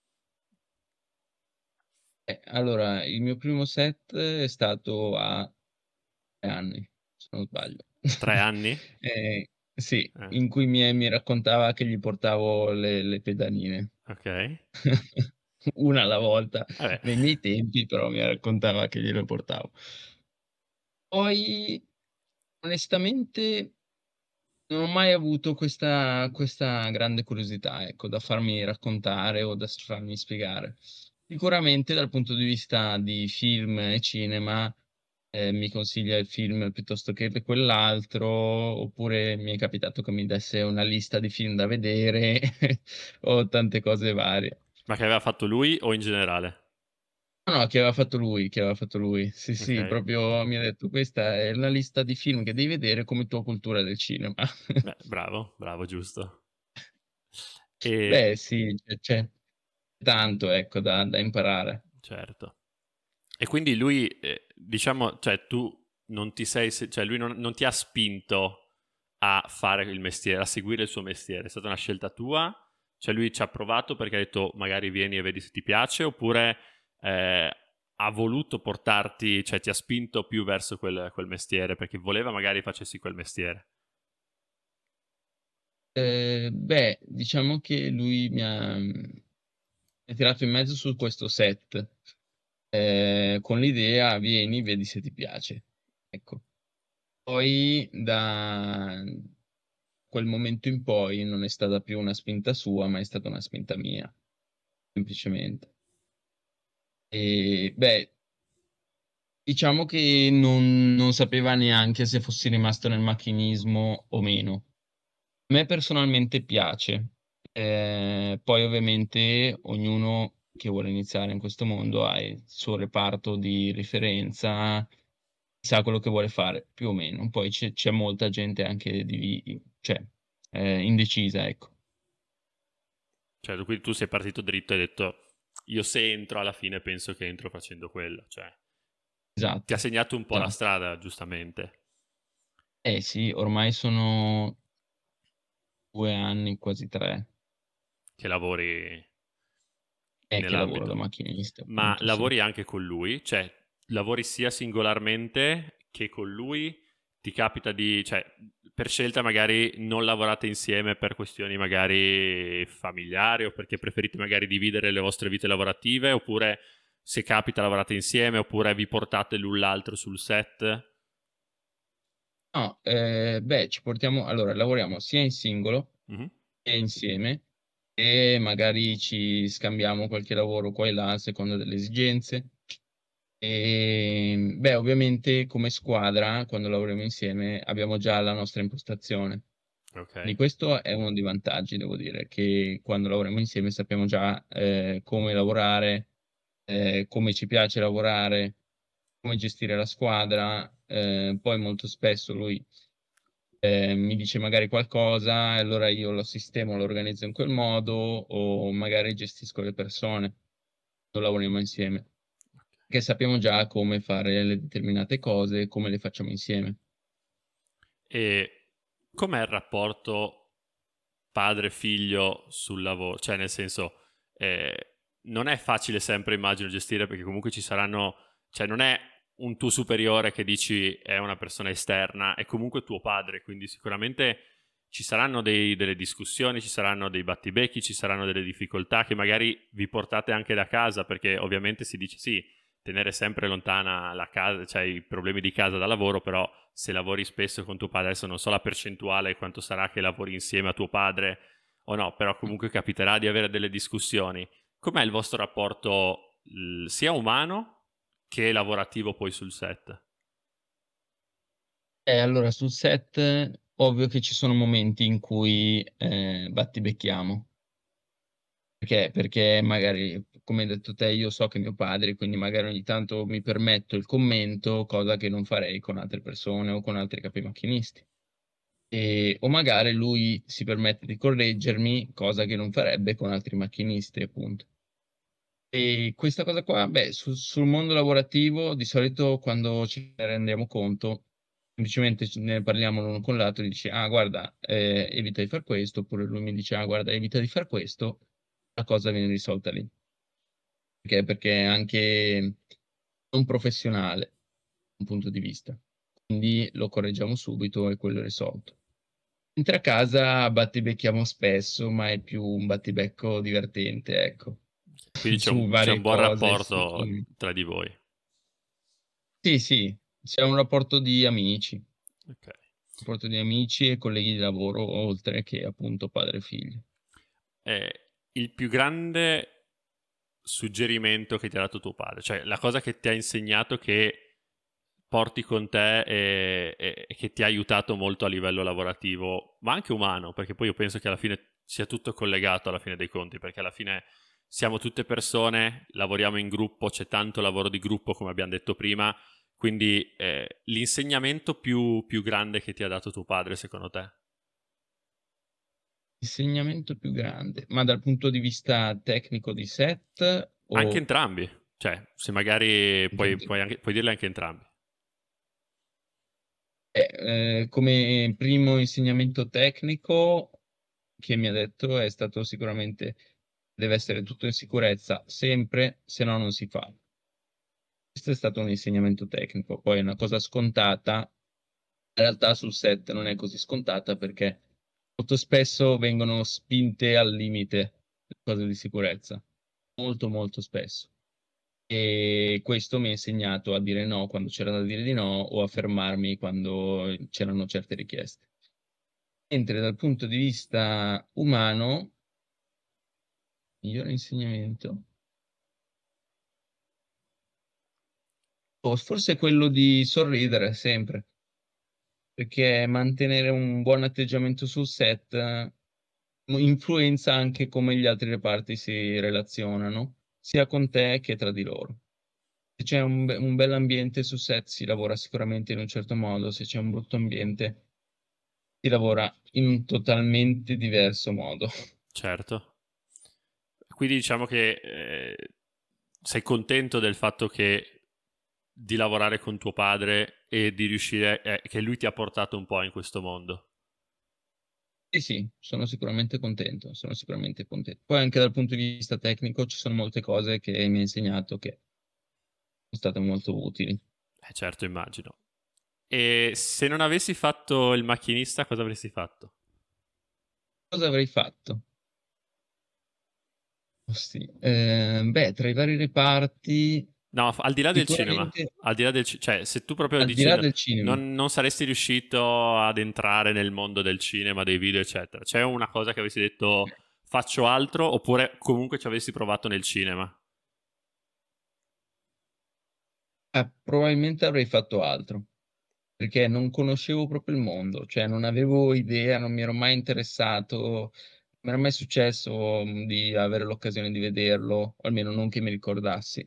S3: Eh, allora, il mio primo set è stato a tre anni, se non sbaglio.
S2: Tre anni?
S3: Eh, sì,
S2: Eh,
S3: in cui mi, mi raccontava che gli portavo le, le pedane.
S2: ok.
S3: Una alla volta,
S2: Vabbè.
S3: nei miei tempi, però mi raccontava che gliele portavo. Poi, onestamente, non ho mai avuto questa, questa grande curiosità, ecco, da farmi raccontare o da s- farmi spiegare. Sicuramente dal punto di vista di film e cinema, eh, mi consiglia il film piuttosto che quell'altro, oppure mi è capitato che mi desse una lista di film da vedere o tante cose varie.
S2: Ma che aveva fatto lui o in generale?
S3: No, no, che aveva fatto lui, che aveva fatto lui. Sì, sì,
S2: Ok.
S3: proprio mi ha detto, questa è la lista di film che devi vedere come tua cultura del cinema.
S2: Beh, bravo, bravo, giusto. E
S3: Beh, sì, c'è c'è tanto, ecco, da, da imparare.
S2: certo. E quindi lui, eh, diciamo, cioè tu non ti sei, se- cioè lui non, non ti ha spinto a fare il mestiere, a seguire il suo mestiere, è stata una scelta tua? Cioè lui ci ha provato perché ha detto magari vieni e vedi se ti piace, oppure eh, ha voluto portarti, cioè ti ha spinto più verso quel, quel mestiere perché voleva magari facessi quel mestiere?
S3: Eh, beh, diciamo che lui mi ha, mi ha tirato in mezzo su questo set, eh, con l'idea, vieni, vedi se ti piace. Ecco. Poi da quel momento in poi non è stata più una spinta sua, ma è stata una spinta mia. semplicemente. E beh, diciamo che non, non sapeva neanche se fossi rimasto nel macchinismo o meno. A me personalmente piace. Eh, poi ovviamente ognuno che vuole iniziare in questo mondo ha il suo reparto di riferenza, sa quello che vuole fare, più o meno. Poi c'è c'è molta gente anche di, cioè, eh, indecisa, ecco.
S2: Cioè, quindi tu sei partito dritto e hai detto, io se entro alla fine penso che entro facendo quello. Cioè, ti ha
S3: Esatto,
S2: segnato un po' la
S3: esatto.
S2: strada, giustamente,
S3: Eh sì, ormai sono due anni, quasi tre,
S2: che lavori
S3: è che lavoro da
S2: nell'ambito.
S3: macchinista,
S2: Ma
S3: appunto, sì.
S2: lavori anche con lui? Cioè, lavori sia singolarmente che con lui? Ti capita di, cioè, per scelta magari non lavorate insieme per questioni magari familiari o perché preferite magari dividere le vostre vite lavorative, oppure se capita lavorate insieme, oppure vi portate l'un l'altro sul set?
S3: No, eh, beh, ci portiamo, allora, lavoriamo sia in singolo
S2: Mhm.
S3: che insieme e magari ci scambiamo qualche lavoro qua e là a seconda delle esigenze. E, beh, ovviamente come squadra, quando lavoriamo insieme, abbiamo già la nostra impostazione.
S2: Ok.
S3: Quindi questo è uno dei vantaggi, devo dire, che quando lavoriamo insieme sappiamo già eh, come lavorare, eh, come ci piace lavorare, come gestire la squadra. Eh, poi molto spesso lui eh, mi dice magari qualcosa, e allora io lo sistemo, lo organizzo in quel modo, o magari gestisco le persone, lo lavoriamo insieme, che sappiamo già come fare le determinate cose, come le facciamo insieme.
S2: E com'è il rapporto padre-figlio sul lavoro? Cioè, nel senso, eh, non è facile sempre, immagino, gestire perché comunque ci saranno, cioè non è un tuo superiore che dici è una persona esterna, è comunque tuo padre, quindi sicuramente ci saranno dei- delle discussioni, ci saranno dei battibecchi, ci saranno delle difficoltà che magari vi portate anche da casa, perché ovviamente si dice sì, tenere sempre lontana la casa, cioè i problemi di casa dal lavoro, però se lavori spesso con tuo padre, adesso non so la percentuale quanto sarà che lavori insieme a tuo padre o no, però comunque capiterà di avere delle discussioni. Com'è il vostro rapporto l- sia umano che lavorativo poi sul set?
S3: E allora sul set, ovvio che ci sono momenti in cui eh, battibecchiamo. Perché? Perché magari, come hai detto te, io so che mio padre, quindi magari ogni tanto mi permetto il commento, cosa che non farei con altre persone o con altri capi macchinisti. E- o magari lui si permette di correggermi, cosa che non farebbe con altri macchinisti, appunto. E questa cosa qua, beh, sul, sul mondo lavorativo, di solito quando ci ne rendiamo conto, semplicemente ci- ne parliamo l'uno con l'altro e dici, ah, guarda, eh, evita di fare questo, oppure lui mi dice, ah, guarda, evita di fare questo, la cosa viene risolta lì. Perché? Perché è anche non professionale, da un punto di vista. Quindi lo correggiamo subito e quello è risolto. Mentre a casa battibecchiamo spesso, ma è più un battibecco divertente, ecco,
S2: Quindi c'è
S3: su
S2: un, c'è un
S3: varie
S2: buon
S3: cose. Su-
S2: rapporto tra di voi.
S3: Sì, sì, c'è un rapporto di amici, un
S2: Ok.
S3: rapporto di amici e colleghi di lavoro, oltre che appunto padre e figlio.
S2: Eh, il più grande suggerimento che ti ha dato tuo padre, cioè la cosa che ti ha insegnato che porti con te e, e- e che ti ha aiutato molto a livello lavorativo, ma anche umano, perché poi io penso che alla fine sia tutto collegato alla fine dei conti, perché alla fine siamo tutte persone, lavoriamo in gruppo, c'è tanto lavoro di gruppo, come abbiamo detto prima, quindi eh, l'insegnamento più, più grande che ti ha dato tuo padre, secondo te?
S3: Insegnamento più grande, ma dal punto di vista tecnico di set
S2: Anche
S3: o
S2: entrambi, cioè se magari
S3: anche
S2: puoi,
S3: in
S2: puoi, anche, puoi dirle anche entrambi.
S3: Eh, eh, come primo insegnamento tecnico che mi ha detto è stato sicuramente deve essere tutto in sicurezza sempre, se no non si fa. Questo è stato un insegnamento tecnico, poi è una cosa scontata, in realtà sul set non è così scontata perché molto spesso vengono spinte al limite le cose di sicurezza, molto molto spesso. E questo mi ha insegnato a dire no quando c'era da dire di no o a fermarmi quando c'erano certe richieste. Mentre dal punto di vista umano, Migliore insegnamento. Oh, forse quello di sorridere sempre, perché mantenere un buon atteggiamento sul set eh, influenza anche come gli altri reparti si relazionano, sia con te che tra di loro. Se c'è un, be- un bell'ambiente su set si lavora sicuramente in un certo modo, se c'è un brutto ambiente si lavora in un totalmente diverso modo.
S2: Certo. Quindi diciamo che eh, sei contento del fatto che di lavorare con tuo padre e di riuscire, eh, che lui ti ha portato un po' in questo mondo.
S3: Sì, sì, sono sicuramente contento, sono sicuramente contento. Poi anche dal punto di vista tecnico ci sono molte cose che mi ha insegnato che sono state molto utili.
S2: Eh, certo, immagino. E se non avessi fatto il macchinista, cosa avresti fatto?
S3: Cosa avrei fatto? Oh, sì. Eh, beh, tra i vari reparti,
S2: No, f- al di là del cinema,
S3: sicuramente
S2: al di là del ci- cioè, se tu proprio
S3: al di
S2: dici
S3: là
S2: no-
S3: del cinema,
S2: non, non saresti riuscito ad entrare nel mondo del cinema, dei video, eccetera, c'è una cosa che avessi detto faccio altro, oppure comunque ci avessi provato nel cinema?
S3: eh, probabilmente avrei fatto altro, perché non conoscevo proprio il mondo, cioè non avevo idea, non mi ero mai interessato, non mi era mai successo mh, di avere l'occasione di vederlo, o almeno non che mi ricordassi.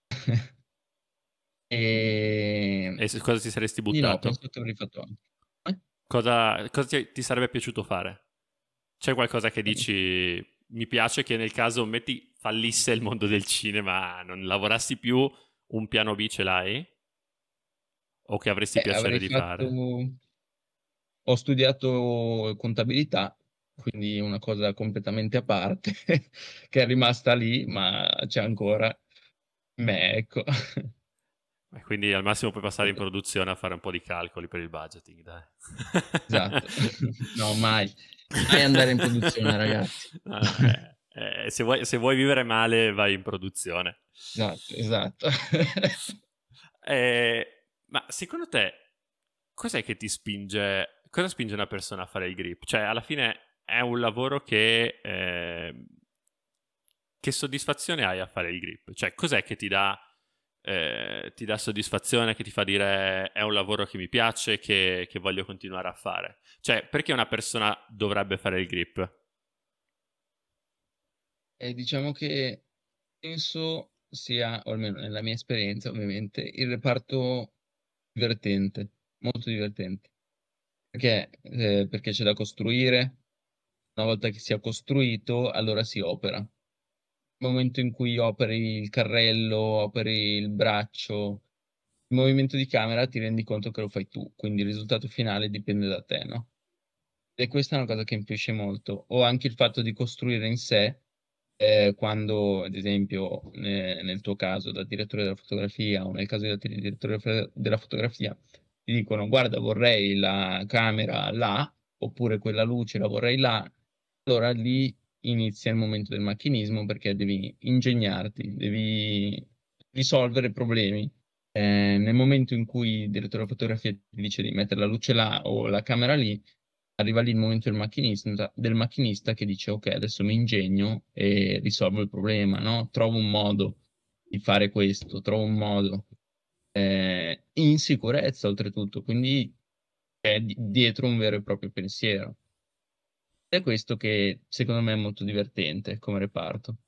S3: E
S2: E su cosa ti saresti
S3: quindi no,
S2: buttato?
S3: penso che avrei fatto altro. Eh?
S2: Cosa, cosa ti, ti sarebbe piaciuto fare? C'è qualcosa che dici mi piace che nel caso metti fallisse il mondo del cinema, non lavorassi più, un piano B ce l'hai? O che avresti
S3: Eh,
S2: piacere
S3: avrei
S2: di
S3: fatto,
S2: fare?
S3: ho studiato contabilità, quindi una cosa completamente a parte, che è rimasta lì, ma c'è ancora me, ecco.
S2: E quindi al massimo puoi passare in produzione a fare un po' di calcoli per il budgeting, dai.
S3: Esatto. No, mai. Mai andare in produzione, ragazzi.
S2: No, no, eh, eh, se vuoi, se vuoi vivere male, vai in produzione.
S3: Esatto, esatto.
S2: Eh, ma secondo te, cos'è che ti spinge? Cosa spinge una persona a fare il grip? Cioè, alla fine è un lavoro che. eh, che soddisfazione hai a fare il grip? Cioè, cos'è che ti dà, eh, ti dà soddisfazione, che ti fa dire è un lavoro che mi piace, che, che voglio continuare a fare? Cioè, perché una persona dovrebbe fare il grip?
S3: E diciamo che penso sia, o almeno nella mia esperienza, ovviamente, il reparto divertente, molto divertente. Perché? Eh, perché c'è da costruire. Una volta che sia costruito, allora si opera. Nel momento in cui operi il carrello, operi il braccio, il movimento di camera, ti rendi conto che lo fai tu, quindi il risultato finale dipende da te, no? E questa è una cosa che influisce molto. O anche il fatto di costruire in sé, eh, quando, ad esempio, ne- nel tuo caso da direttore della fotografia o nel caso del direttore fe- della fotografia, ti dicono guarda, vorrei la camera là, oppure quella luce la vorrei là, allora lì inizia il momento del macchinismo perché devi ingegnarti, devi risolvere problemi. Eh, nel momento in cui il direttore della fotografia ti dice di mettere la luce là o la camera lì, arriva lì il momento del macchinista, del macchinista che dice ok, adesso mi ingegno e risolvo il problema, no? Trovo un modo di fare questo, trovo un modo eh, in sicurezza oltretutto, quindi è di- dietro un vero e proprio pensiero. Ed è questo che secondo me è molto divertente come reparto.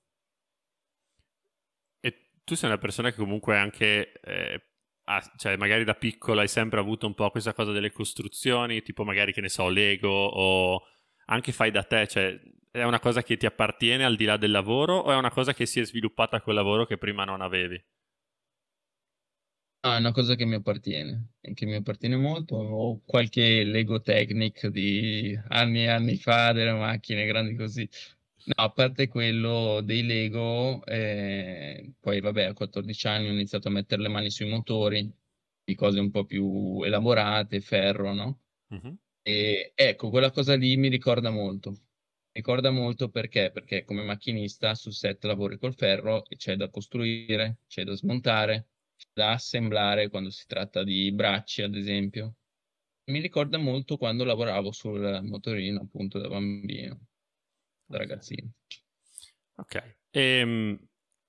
S2: E tu sei una persona che comunque anche, eh, ha- cioè magari da piccola hai sempre avuto un po' questa cosa delle costruzioni, tipo magari che ne so, Lego o anche fai da te, cioè è una cosa che ti appartiene al di là del lavoro o è una cosa che si è sviluppata col lavoro che prima non avevi?
S3: Ah, è una cosa che mi appartiene, e che mi appartiene molto. Ho qualche Lego Technic di anni e anni fa, delle macchine grandi così. No, a parte quello dei Lego, eh, poi vabbè, a quattordici anni ho iniziato a mettere le mani sui motori, di cose un po' più elaborate, ferro, no?
S2: Mhm.
S3: E ecco, quella cosa lì mi ricorda molto. Ricorda molto perché? Perché come macchinista sul set lavori col ferro e c'è da costruire, c'è da smontare, c'è da assemblare quando si tratta di bracci, ad esempio. Mi ricorda molto quando lavoravo sul motorino, appunto, da bambino, da
S2: Ok.
S3: ragazzino.
S2: Ok. Ehm,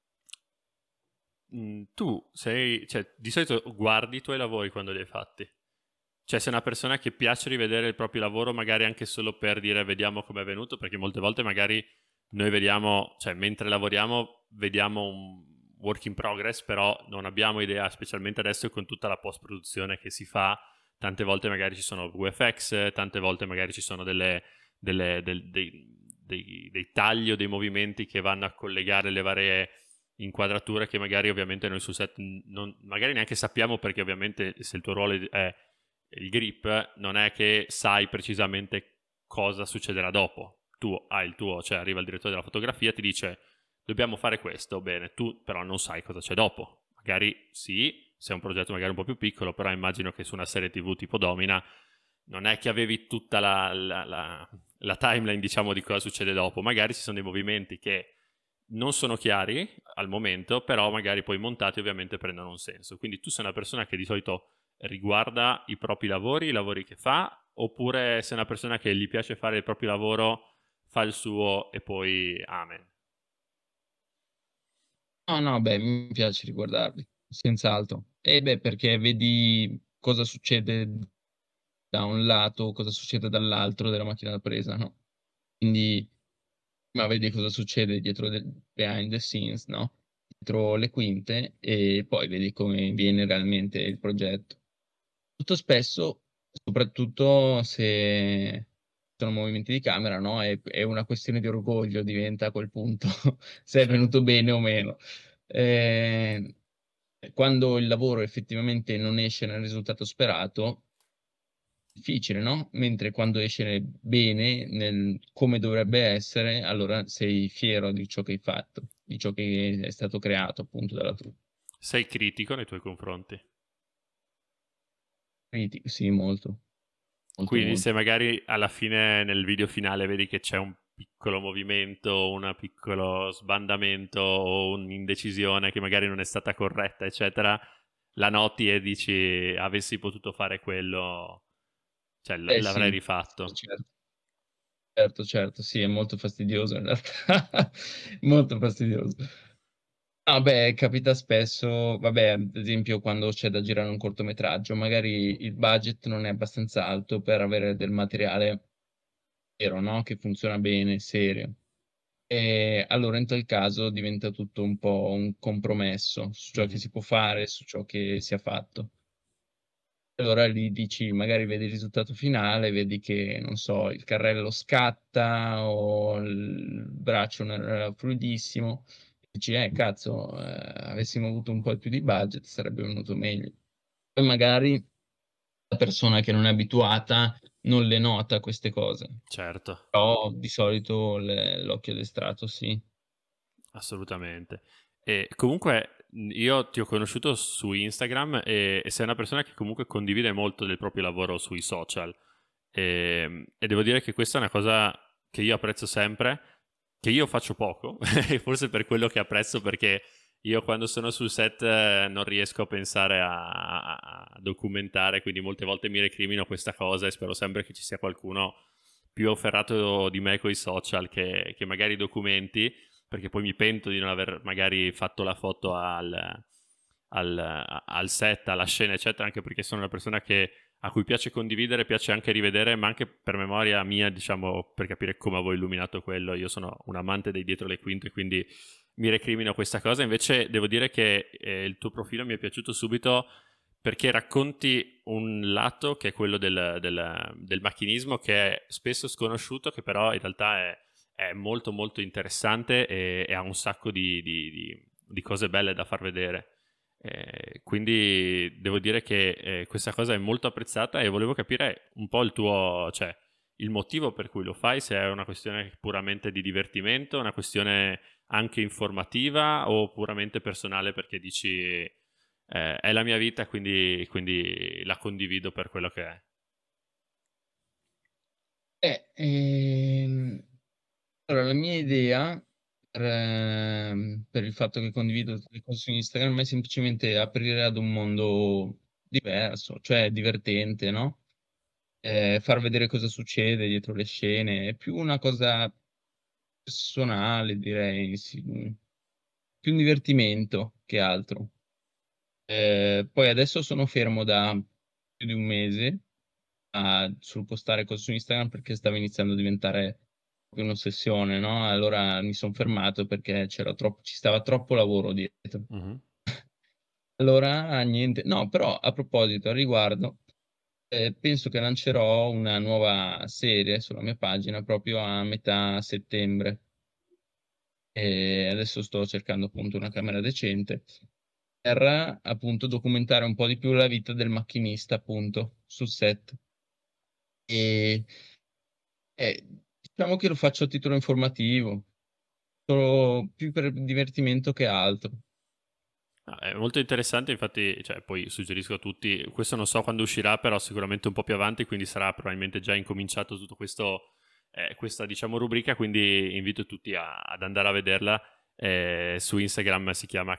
S2: mm, tu sei, cioè, di solito guardi i tuoi lavori quando li hai fatti? Cioè, sei una persona che piace rivedere il proprio lavoro, magari anche solo per dire vediamo com'è venuto, perché molte volte magari noi vediamo, cioè, mentre lavoriamo, vediamo un work in progress, però non abbiamo idea, specialmente adesso con tutta la post-produzione che si fa, tante volte magari ci sono V F X, tante volte magari ci sono delle, delle, del- dei, dei, dei tagli o dei movimenti che vanno a collegare le varie inquadrature che magari ovviamente noi sul set non, magari neanche sappiamo, perché ovviamente se il tuo ruolo è il grip non è che sai precisamente cosa succederà dopo. Tu hai il tuo, cioè arriva il direttore della fotografia, ti dice dobbiamo fare questo, bene, tu però non sai cosa c'è dopo. Magari sì, se è un progetto magari un po' più piccolo, però immagino che su una serie tivù tipo Domina non è che avevi tutta la, la, la, la timeline, diciamo, di cosa succede dopo. Magari ci sono dei movimenti che non sono chiari al momento, però magari poi montati ovviamente prendono un senso. Quindi tu sei una persona che di solito riguarda i propri lavori, i lavori che fa, oppure sei una persona che gli piace fare il proprio lavoro, fa il suo e poi amen.
S3: No, no, beh, mi piace riguardarli, senz'altro. E beh, perché vedi cosa succede da un lato, cosa succede dall'altro della macchina da presa, no? Quindi, ma vedi cosa succede dietro del behind the scenes, no? Dietro le quinte e poi vedi come viene realmente il progetto. Molto spesso, soprattutto se sono movimenti di camera, no? È, è una questione di orgoglio, diventa a quel punto se è
S2: Certo.
S3: venuto bene o meno. Eh, quando il lavoro effettivamente non esce nel risultato sperato, è difficile, no? Mentre quando esce bene, nel, come dovrebbe essere, allora sei fiero di ciò che hai fatto, di ciò che è stato creato appunto dalla tua
S2: Sei critico nei tuoi confronti.
S3: critica. Sì, molto, molto,
S2: Quindi se
S3: molto.
S2: magari alla fine nel video finale vedi che c'è un piccolo movimento, un piccolo sbandamento o un'indecisione che magari non è stata corretta, eccetera, la noti e dici avessi potuto fare quello, cioè l-
S3: Eh
S2: l'avrei
S3: sì,
S2: rifatto.
S3: certo. Certo, certo, sì, è molto fastidioso in realtà, molto fastidioso. Ah beh, capita spesso, vabbè, ad esempio quando c'è da girare un cortometraggio, magari il budget non è abbastanza alto per avere del materiale vero, no? Che funziona bene, serio. E allora in tal caso diventa tutto un po' un compromesso su ciò che
S2: Mhm.
S3: si può fare, su ciò che si è fatto. Allora lì dici, magari vedi il risultato finale, vedi che, non so, il carrello scatta o il braccio non era fluidissimo. Dici, eh, cazzo, eh, avessimo avuto un po' più di budget sarebbe venuto meglio. Poi magari la persona che non è abituata non le nota queste cose,
S2: Certo.
S3: però di solito le- l'occhio addestrato sì.
S2: Assolutamente. E comunque mh, io ti ho conosciuto su Instagram e, e sei una persona che comunque condivide molto del proprio lavoro sui social. E, e devo dire che questa è una cosa che io apprezzo sempre, che io faccio poco, e forse per quello che apprezzo, perché io quando sono sul set eh, non riesco a pensare a, a- a documentare, quindi molte volte mi recrimino questa cosa e spero sempre che ci sia qualcuno più afferrato di me con i social che, che magari documenti, perché poi mi pento di non aver magari fatto la foto al, al, al set, alla scena, eccetera, anche perché sono una persona che, a cui piace condividere, piace anche rivedere, ma anche per memoria mia, diciamo, per capire come avevo illuminato quello. Io sono un amante dei dietro le quinte, quindi mi recrimino questa cosa. Invece devo dire che eh, il tuo profilo mi è piaciuto subito perché racconti un lato che è quello del, del, del macchinismo, che è spesso sconosciuto, che però in realtà è, è molto molto interessante e, e ha un sacco di, di, di, di cose belle da far vedere. Eh, quindi devo dire che eh, questa cosa è molto apprezzata e volevo capire un po' il tuo, cioè il motivo per cui lo fai, se è una questione puramente di divertimento, una questione anche informativa o puramente personale perché dici eh, è la mia vita, quindi, quindi la condivido per quello che è.
S3: Eh, ehm, allora, la mia idea per, ehm, per il fatto che condivido le cose su Instagram è semplicemente aprire ad un mondo diverso, cioè divertente, no? Eh, far vedere cosa succede dietro le scene, è più una cosa personale, direi, sì, più un divertimento che altro. Eh, poi adesso sono fermo da più di un mese a- sul postare cose su Instagram perché stava iniziando a diventare proprio un'ossessione, no? Allora mi sono fermato perché c'era troppo, ci stava troppo lavoro dietro.
S2: Mhm.
S3: Allora, niente, no, però a proposito, al riguardo, eh, penso che lancerò una nuova serie sulla mia pagina proprio a metà settembre. E adesso sto cercando appunto una camera decente per appunto documentare un po' di più la vita del macchinista appunto sul set. E, e diciamo che lo faccio a titolo informativo, solo più per divertimento che altro.
S2: Ah, è molto interessante, infatti, cioè, poi suggerisco a tutti, questo non so quando uscirà, però sicuramente un po' più avanti, quindi sarà probabilmente già incominciato tutto questo, eh, questa, diciamo, rubrica, quindi invito tutti a- ad andare a vederla. Eh, su Instagram si chiama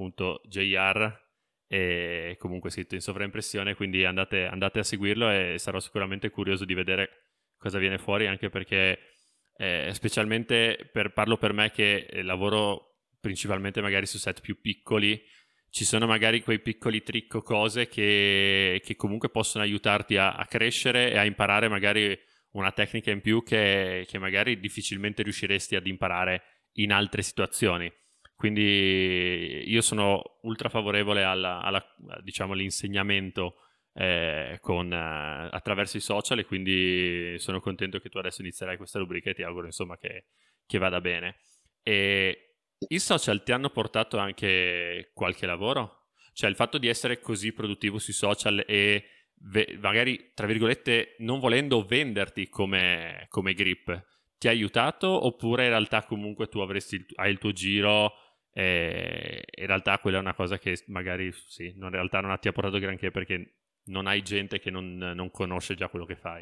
S2: k.jr e comunque è scritto in sovraimpressione, quindi andate, andate a seguirlo e sarò sicuramente curioso di vedere cosa viene fuori, anche perché eh, specialmente per, parlo per me che eh, lavoro principalmente magari su set più piccoli, ci sono magari quei piccoli trick o cose che, che comunque possono aiutarti a, a crescere e a imparare magari una tecnica in più che, che magari difficilmente riusciresti ad imparare in altre situazioni. Quindi io sono ultra favorevole alla, alla, diciamo, all'insegnamento eh, con, eh, attraverso i social, e quindi sono contento che tu adesso inizierai questa rubrica e ti auguro insomma che, che vada bene. E i social ti hanno portato anche qualche lavoro? Cioè il fatto di essere così produttivo sui social e ve- magari, tra virgolette, non volendo venderti come, come grip, ti ha aiutato oppure in realtà comunque tu avresti il, hai il tuo giro e in realtà quella è una cosa che magari sì, in realtà non ti ha portato granché perché non hai gente che non, non conosce già quello che fai.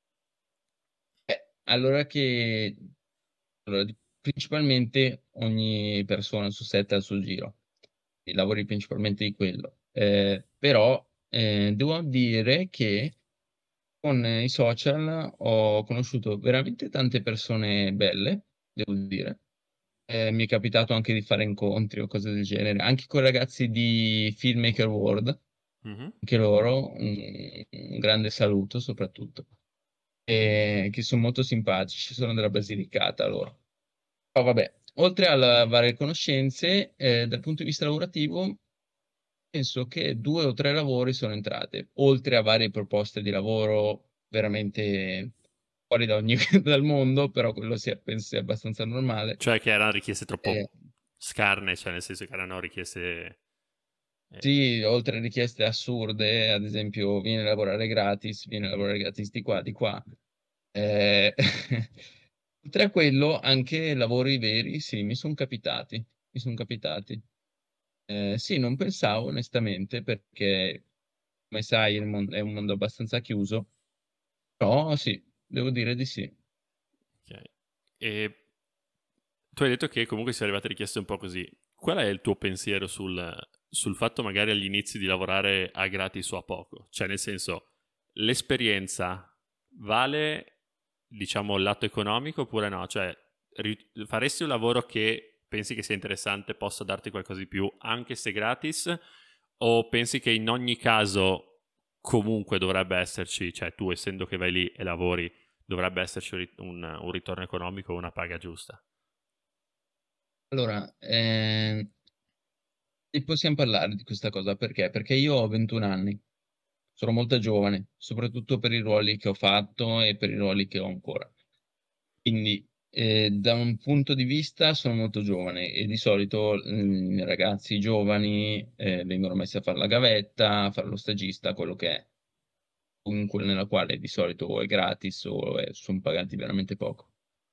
S3: Eh, allora che allora, di- principalmente ogni persona su set ha il suo giro, i lavori principalmente di quello. Eh, però eh, devo dire che con i social ho conosciuto veramente tante persone belle, devo dire. Eh, mi è capitato anche di fare incontri o cose del genere, anche con ragazzi di Filmmaker World,
S2: Mhm.
S3: anche loro, un, un grande saluto soprattutto, e che sono molto simpatici, sono della Basilicata loro. Però vabbè, oltre alle varie conoscenze, eh, dal punto di vista lavorativo, penso che due o tre lavori sono entrate, oltre a varie proposte di lavoro veramente fuori da ogni, dal mondo, però quello sia, penso sia abbastanza normale.
S2: Cioè che erano richieste
S3: Eh,
S2: troppo scarne, cioè nel senso che erano richieste... eh,
S3: sì, oltre a richieste assurde, ad esempio, vieni a lavorare gratis, vieni a lavorare gratis di qua, di qua. Eh, oltre a quello, anche lavori veri, sì, mi sono capitati, mi sono capitati. Eh, sì, non pensavo onestamente perché, come sai, il mon- è un mondo abbastanza chiuso, però sì, devo dire di sì.
S2: ok. E tu hai detto che comunque si è arrivate richieste un po' così. Qual è il tuo pensiero sul, sul fatto magari agli inizi di lavorare a gratis o a poco? Cioè nel senso, l'esperienza vale, diciamo, il lato economico oppure no? Cioè ri- faresti un lavoro che pensi che sia interessante, possa darti qualcosa di più anche se gratis? O pensi che in ogni caso comunque dovrebbe esserci, cioè tu essendo che vai lì e lavori, dovrebbe esserci un, ri- un un ritorno economico o una paga giusta?
S3: Allora, eh, e possiamo parlare di questa cosa perché? Perché io ho ventuno anni, sono molto giovane, soprattutto per i ruoli che ho fatto e per i ruoli che ho ancora. Quindi, eh, da un punto di vista sono molto giovane e di solito mm, i ragazzi giovani eh, vengono messi a fare la gavetta, a fare lo stagista, quello che è, comunque nella quale di solito o è gratis o è- sono pagati veramente poco.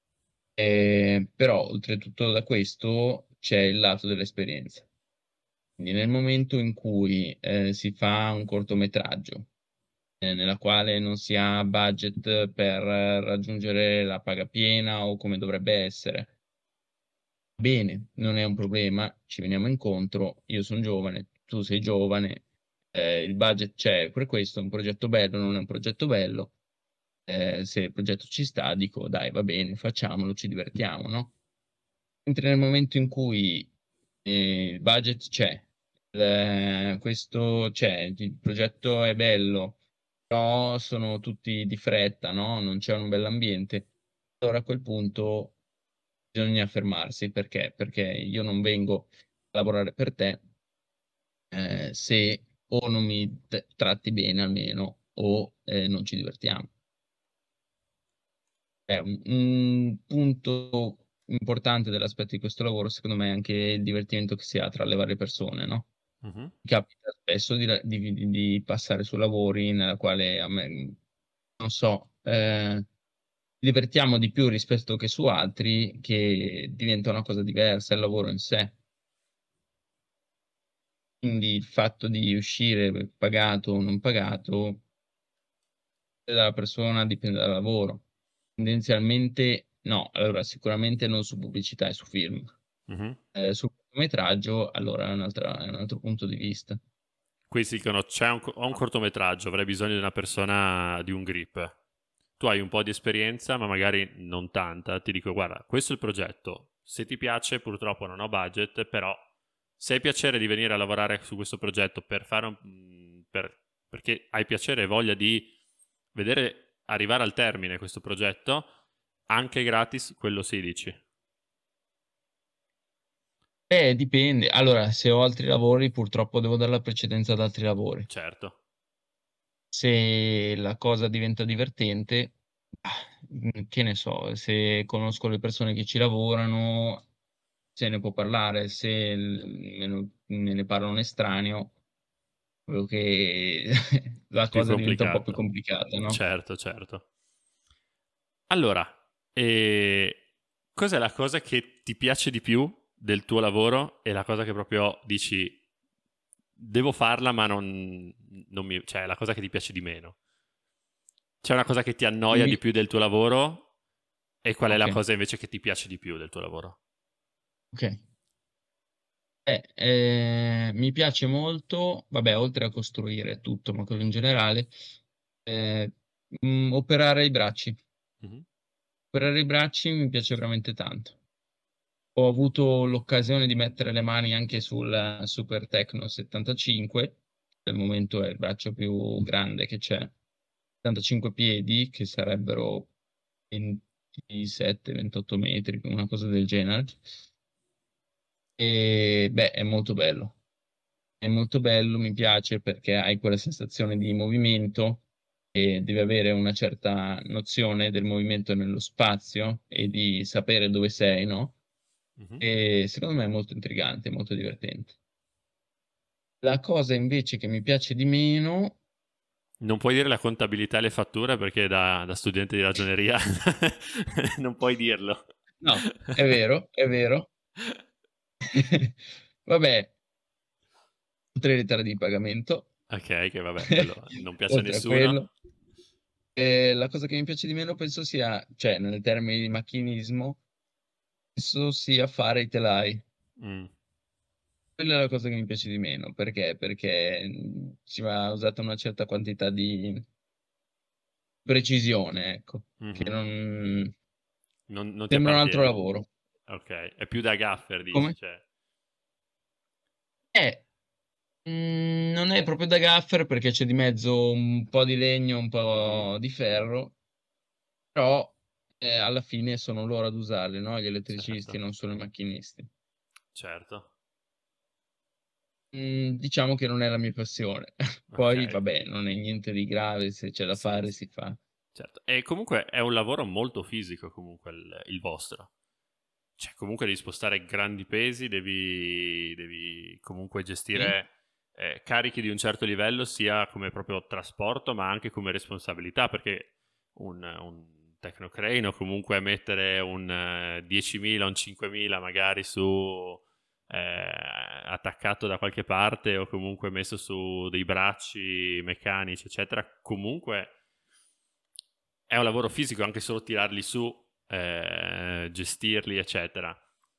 S3: Eh, però, oltretutto da questo, c'è il lato dell'esperienza. Quindi nel momento in cui eh, si fa un cortometraggio, eh, nella quale non si ha budget per eh, raggiungere la paga piena o come dovrebbe essere, bene, non è un problema, ci veniamo incontro, io sono giovane, tu sei giovane, eh, il budget c'è, per questo è un progetto bello, non è un progetto bello, eh, se il progetto ci sta, dico dai, va bene, facciamolo, ci divertiamo, no? Mentre nel momento in cui eh, il budget c'è, il- questo c'è, il progetto è bello, però sono tutti di fretta, no? Non c'è un bell'ambiente, allora a quel punto bisogna fermarsi. Perché? Perché io non vengo a lavorare per te eh, se o non mi t- tratti bene almeno o eh, non ci divertiamo. È un, un punto importante dell'aspetto di questo lavoro, secondo me, è anche il divertimento che si ha tra le varie persone, no?
S2: Mhm.
S3: Mi capita spesso di, di- di- di passare su lavori nella quale a me, non so, eh, divertiamo di più rispetto che su altri, che diventa una cosa diversa, il lavoro in sé. Quindi il fatto di uscire pagato o non pagato dipende dalla persona, dipende dal lavoro. Tendenzialmente no, allora sicuramente non su pubblicità e su film.
S2: Mhm.
S3: Eh, sul cortometraggio, allora è un'altra- è un altro punto di vista.
S2: Qui si dicono c'è un, co- ho un cortometraggio, avrei bisogno di una persona di un grip. Tu hai un po' di esperienza, ma magari non tanta. Ti dico, guarda, questo è il progetto. Se ti piace, purtroppo non ho budget, però se hai piacere di venire a lavorare su questo progetto per fare un, per- perché hai piacere e voglia di vedere arrivare al termine questo progetto, anche gratis, quello sì, dici.
S3: Eh, dipende. Allora, se ho altri lavori, purtroppo devo dare la precedenza ad altri lavori.
S2: Certo.
S3: Se la cosa diventa divertente, ah, mm, che ne so, se conosco le persone che ci lavorano, se ne può parlare. Se l- me, ne me ne parla un estraneo, quello che la
S2: Più
S3: cosa diventa un po' più
S2: complicato.
S3: complicata, no?
S2: Certo, certo. Allora, eh, cos'è la cosa che ti piace di più del tuo lavoro e la cosa che proprio dici devo farla ma non, non mi... cioè la cosa che ti piace di meno? C'è una cosa che ti annoia di
S3: Mi-
S2: più del tuo lavoro e qual è
S3: Ok,
S2: la cosa invece che ti piace di più del tuo lavoro?
S3: ok. Eh, eh, mi piace molto, vabbè, oltre a costruire tutto, ma quello in generale, eh, mh, operare i bracci.
S2: Mhm.
S3: Operare i bracci mi piace veramente tanto. Ho avuto l'occasione di mettere le mani anche sul Super Tecno settantacinque, che al momento è il braccio più grande che c'è, settantacinque piedi, che sarebbero ventisette ventotto metri, una cosa del genere. E beh, è molto bello. È molto bello, mi piace perché hai quella sensazione di movimento e devi avere una certa nozione del movimento nello spazio e di sapere dove sei, no?
S2: Mhm.
S3: E secondo me è molto intrigante, molto divertente. La cosa invece che mi piace di meno,
S2: Non puoi dire la contabilità e le fatture perché da, da studente di ragioneria non puoi dirlo.
S3: no, è vero, è vero. Vabbè, oltre alle lettere di pagamento,
S2: Ok, che vabbè, quello non piace a
S3: oltre a
S2: nessuno.
S3: quello. Eh, la cosa che mi piace di meno penso sia, cioè nel termine di macchinismo, penso sia fare i telai.
S2: Mm.
S3: Quella è la cosa che mi piace di meno. Perché? Perché mh, ci va usata una certa quantità di precisione, ecco, che
S2: Mhm.
S3: non
S2: Non, non ti
S3: sembra un altro
S2: appartiene.
S3: lavoro.
S2: Ok, è più da gaffer, dici,
S3: Come?
S2: cioè.
S3: Eh, mh, non è proprio da gaffer perché c'è di mezzo un po' di legno, un
S2: Mhm.
S3: po' di ferro, però eh, alla fine sono loro ad usarli, no? Gli elettricisti,
S2: Certo,
S3: non solo i macchinisti.
S2: certo.
S3: Mm, diciamo che non è la mia passione.
S2: Ok,
S3: Poi, vabbè, non è niente di grave, se c'è da
S2: sì,
S3: fare,
S2: sì,
S3: si fa.
S2: certo. E comunque è un lavoro molto fisico, comunque, il, il vostro. Cioè, comunque devi spostare grandi pesi, devi, devi comunque
S3: Sì?
S2: gestire eh, carichi di un certo livello, sia come proprio trasporto, ma anche come responsabilità, perché un, un tecnocrane o comunque mettere un eh, diecimila, un cinquemila magari su eh, attaccato da qualche parte o comunque messo su dei bracci meccanici, eccetera, comunque è un lavoro fisico, anche solo tirarli su, eh, gestirli, eccetera.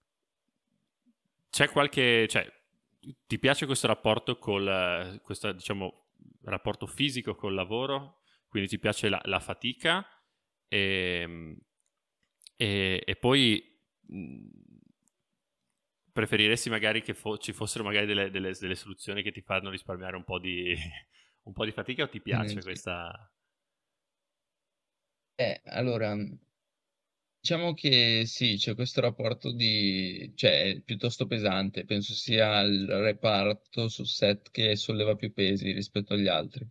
S2: C'è qualche, cioè, ti piace questo rapporto col, questo, diciamo, rapporto fisico col lavoro? Quindi ti piace la, la fatica? E, e, e poi mh, preferiresti magari che fo- ci fossero magari delle, delle, delle soluzioni che ti fanno risparmiare un po' di, un po' di fatica, o ti piace
S3: Energia.
S2: questa?
S3: Eh, allora, diciamo che sì, c'è questo rapporto di, cioè, è piuttosto pesante, penso sia il reparto su set che solleva più pesi rispetto agli altri.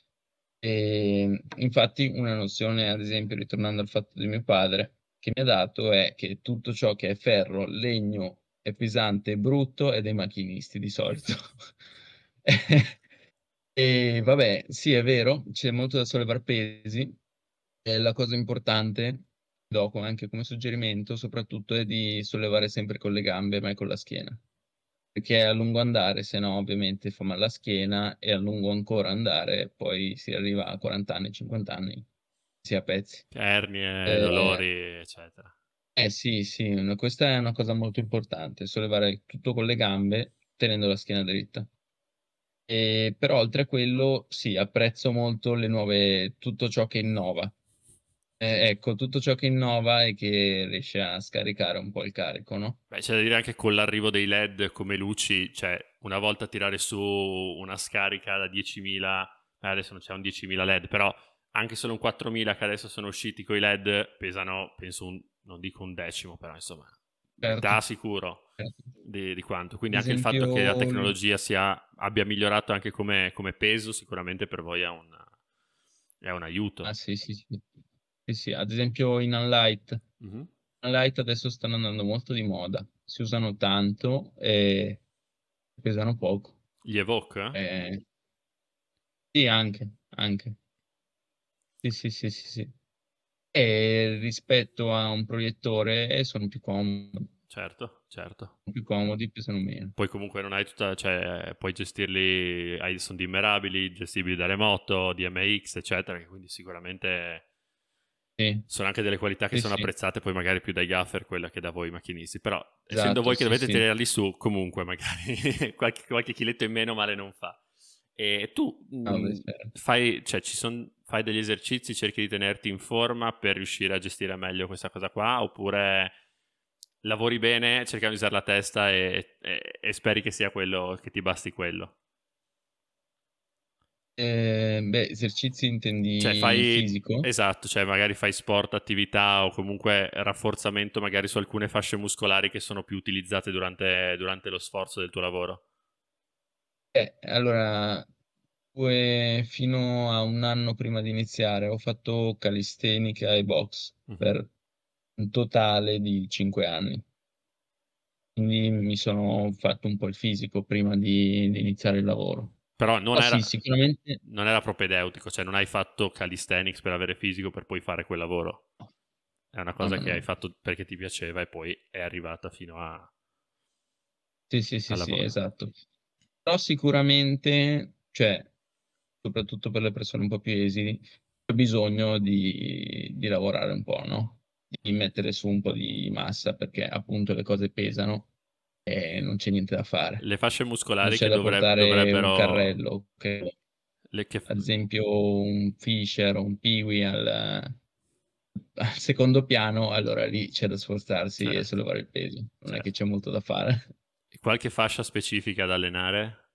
S3: E infatti una nozione, ad esempio, ritornando al fatto di mio padre, che mi ha dato è che tutto ciò che è ferro, legno, è pesante e brutto è dei macchinisti di solito. E vabbè, sì, è vero, c'è molto da sollevare pesi. E la cosa importante, do come- anche come suggerimento, soprattutto è di sollevare sempre con le gambe, mai con la schiena. Perché a lungo andare, se no, ovviamente fa male la schiena e a lungo ancora andare, poi si arriva a quaranta anni, cinquanta anni, si è a pezzi.
S2: Ernie,
S3: Eh,
S2: dolori, eccetera.
S3: eh sì, sì, una- questa è una cosa molto importante, sollevare tutto con le gambe tenendo la schiena dritta. E, però oltre a quello, sì, apprezzo molto le nuove, tutto ciò che innova. Eh, ecco, tutto ciò che innova e che riesce a scaricare un po' il carico, no?
S2: Beh, c'è da dire anche con l'arrivo dei L E D come luci, cioè una volta tirare su una scarica da diecimila, eh, adesso non c'è un diecimila L E D, però anche solo un quattromila che adesso sono usciti con i L E D pesano, penso, un, non dico un decimo, però insomma,
S3: Certo,
S2: metà sicuro
S3: certo.
S2: di, di quanto.
S3: Ad
S2: Quindi anche il fatto che la
S3: esempio, il-
S2: tecnologia sia, abbia migliorato anche come, come peso, sicuramente per voi è un, è un
S3: ah
S2: aiuto.
S3: sì, sì, sì. Sì, sì, ad esempio in Unlight.
S2: Mhm.
S3: Unlight adesso stanno andando molto di moda, si usano tanto e pesano poco.
S2: Gli Evoque?
S3: Eh, sì, anche, anche. Sì, sì, sì, sì, sì. E rispetto a un proiettore sono più comodi,
S2: Certo, certo.
S3: più comodi, pesano meno.
S2: Poi comunque non hai tutta, cioè puoi gestirli, hai, sono dimmerabili, gestibili da remoto, D M X, eccetera, che quindi sicuramente
S3: Sì,
S2: sono anche delle qualità che
S3: sì,
S2: sono
S3: sì,
S2: apprezzate poi magari più dai gaffer quella che da voi macchinisti, però essendo
S3: esatto,
S2: voi che
S3: sì,
S2: dovete
S3: sì.
S2: tirarli su, comunque magari qualche, qualche chiletto in meno male non fa. E tu
S3: Ah, beh,
S2: mh,
S3: spero.
S2: fai, cioè, ci son, fai degli esercizi, cerchi di tenerti in forma per riuscire a gestire meglio questa cosa qua, oppure lavori bene cercando di usare la testa e, e- e speri che sia quello, che ti basti quello?
S3: Eh, beh, esercizi
S2: Cioè
S3: intendi
S2: fai,
S3: fisico?
S2: esatto, cioè magari fai sport, attività o comunque rafforzamento magari su alcune fasce muscolari che sono più utilizzate durante, durante lo sforzo del tuo lavoro.
S3: Eh, allora, due- fino a un anno prima di iniziare ho fatto calistenica e box
S2: Mhm.
S3: per un totale di cinque anni. Quindi mi sono fatto un po' il fisico prima di, di iniziare il lavoro.
S2: Però non
S3: Oh
S2: era,
S3: sì, sicuramente.
S2: non era propedeutico, cioè non hai fatto calisthenics per avere fisico per poi fare quel lavoro. È una
S3: No,
S2: cosa
S3: no,
S2: che hai
S3: no.
S2: fatto perché ti piaceva e poi è arrivata fino a-
S3: Sì, sì, sì,
S2: al
S3: sì,
S2: lavoro.
S3: esatto. Però sicuramente, cioè, soprattutto per le persone un po' più esili, c'è bisogno di, di lavorare un po', no? Di
S2: Mhm.
S3: mettere su un po' di massa perché appunto le cose pesano e non c'è niente da fare.
S2: Le fasce
S3: Non
S2: muscolari
S3: c'è
S2: che
S3: da
S2: dovre-
S3: portare un
S2: dovrebbero...
S3: carrello, che,
S2: le che-
S3: ad esempio un Fisher o un Peewee al, al secondo piano, allora lì c'è da sforzarsi e
S2: certo,
S3: sollevare il peso, non è che
S2: certo.
S3: c'è molto da fare.
S2: Qualche fascia specifica da allenare?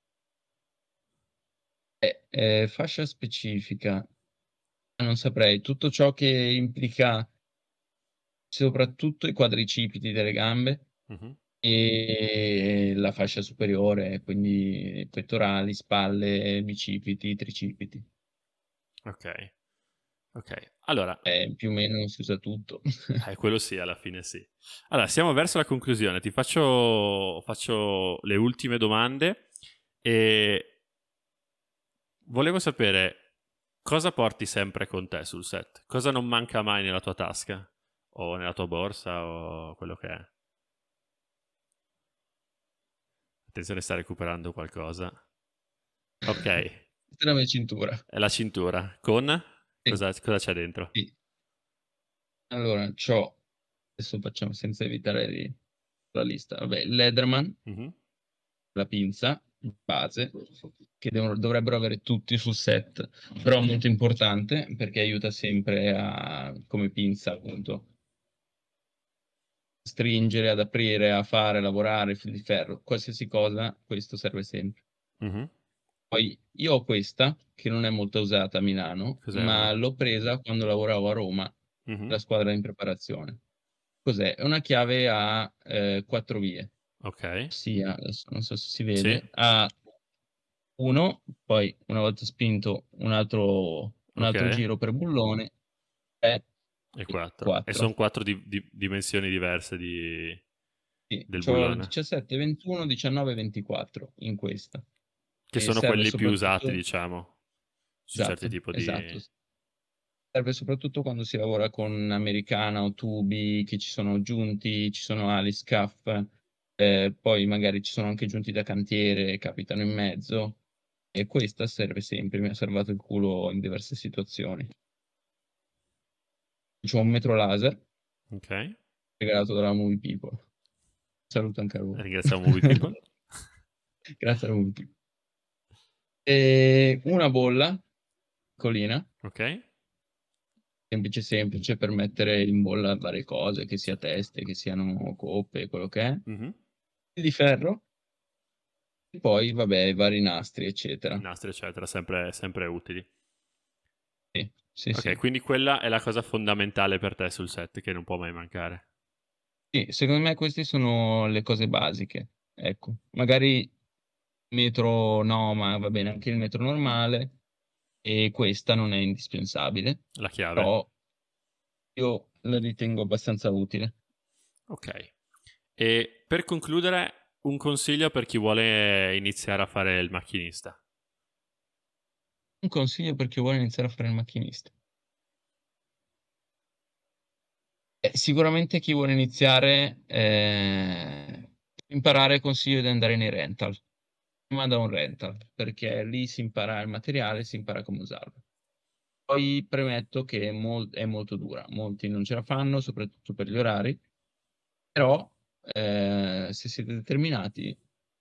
S3: Eh, eh, fascia specifica, non saprei, tutto ciò che implica soprattutto i quadricipiti delle gambe
S2: Mhm.
S3: e la fascia superiore, quindi pettorali, spalle, bicipiti, tricipiti.
S2: Ok, ok. Allora,
S3: Eh, più o meno si usa tutto.
S2: eh, quello sì, alla fine sì. Allora, siamo verso la conclusione. Ti faccio, faccio le ultime domande e volevo sapere cosa porti sempre con te sul set? Cosa non manca mai nella tua tasca? O nella tua borsa o quello che è? Attenzione, sta recuperando qualcosa. Ok, è
S3: Questa è la mia cintura.
S2: la cintura. Con?
S3: Sì,
S2: Cosa, cosa c'è dentro?
S3: sì. Allora, c'ho, adesso facciamo senza evitare di- la lista. Vabbè, il Leatherman,
S2: Mhm.
S3: la pinza, base che devono, dovrebbero avere tutti sul set, però è molto importante perché aiuta sempre a, come pinza appunto, stringere, ad aprire, a fare, lavorare, fil di ferro, qualsiasi cosa, questo serve sempre.
S2: Mhm.
S3: Poi io ho questa, che non è molto usata a Milano,
S2: Cos'è
S3: ma
S2: una?
S3: l'ho presa quando lavoravo a Roma,
S2: Mhm.
S3: la squadra in preparazione. Cos'è? È una chiave a eh, quattro vie,
S2: Ok.
S3: ossia, adesso non so se si
S2: Sì.
S3: vede, a uno, poi una volta spinto un altro, un altro
S2: Ok.
S3: giro per bullone, tre
S2: E
S3: e
S2: quattro. E sono
S3: quattro.
S2: quattro di, di- dimensioni diverse di,
S3: Sì,
S2: del
S3: c'ho il
S2: bullone,
S3: diciassette, ventuno, diciannove e ventiquattro in questa.
S2: che
S3: E
S2: sono
S3: serve
S2: quelli più usati,
S3: soprattutto,
S2: diciamo, su certi
S3: esatto,
S2: tipi
S3: esatto.
S2: di...
S3: Serve soprattutto quando si lavora con americana o tubi che ci sono giunti, ci sono ali, scaff, eh, poi magari ci sono anche giunti da cantiere, capitano in mezzo. E questa serve sempre, mi ha salvato il culo in diverse situazioni. C'ho un metro laser
S2: Ok.
S3: regalato dalla Movie People. Saluto anche a lui.
S2: Ringraziamo Movie People.
S3: Grazie alla Movie People. E una bolla piccolina,
S2: Ok.
S3: semplice semplice per mettere in bolla varie cose, che sia teste, che siano coppe, quello che è.
S2: Mhm.
S3: Di ferro e poi, vabbè, i vari nastri, eccetera.
S2: Nastri, eccetera, sempre, sempre utili.
S3: Sì, sì,
S2: Ok,
S3: sì.
S2: quindi quella è la cosa fondamentale per te sul set, che non può mai mancare.
S3: Sì, secondo me queste sono le cose basiche. Ecco, magari metro no, ma va bene anche il metro normale e questa non è indispensabile,
S2: La chiave.
S3: però io la ritengo abbastanza utile.
S2: Ok. E per concludere, un consiglio per chi vuole iniziare a fare il macchinista.
S3: Un consiglio per chi vuole iniziare a fare il macchinista. Eh, sicuramente chi vuole iniziare, eh, imparare, consiglio di andare nei rental. Prima da un rental, perché lì si impara il materiale, si impara come usarlo. Poi premetto che è, mol- è molto dura, molti non ce la fanno, soprattutto per gli orari, però eh, se siete determinati,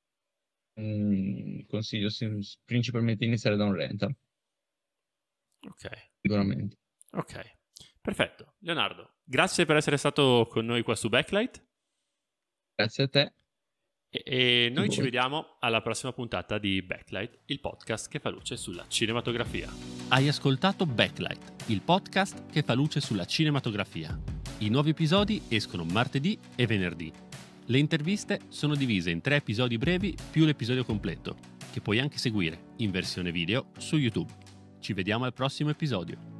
S3: mh, consiglio si- principalmente iniziare da un rental,
S2: Ok.
S3: sicuramente.
S2: Ok. Perfetto. Leonardo, grazie per essere stato con noi qua su Backlight
S3: Grazie a te,
S2: e, e
S3: a
S2: noi ci
S3: voi.
S2: vediamo alla prossima puntata di Backlight, il podcast che fa luce sulla cinematografia. Hai ascoltato Backlight, il podcast che fa luce sulla cinematografia. I nuovi episodi escono martedì e venerdì. Le interviste sono divise in tre episodi brevi più l'episodio completo, che puoi anche seguire in versione video su YouTube. Ci vediamo al prossimo episodio.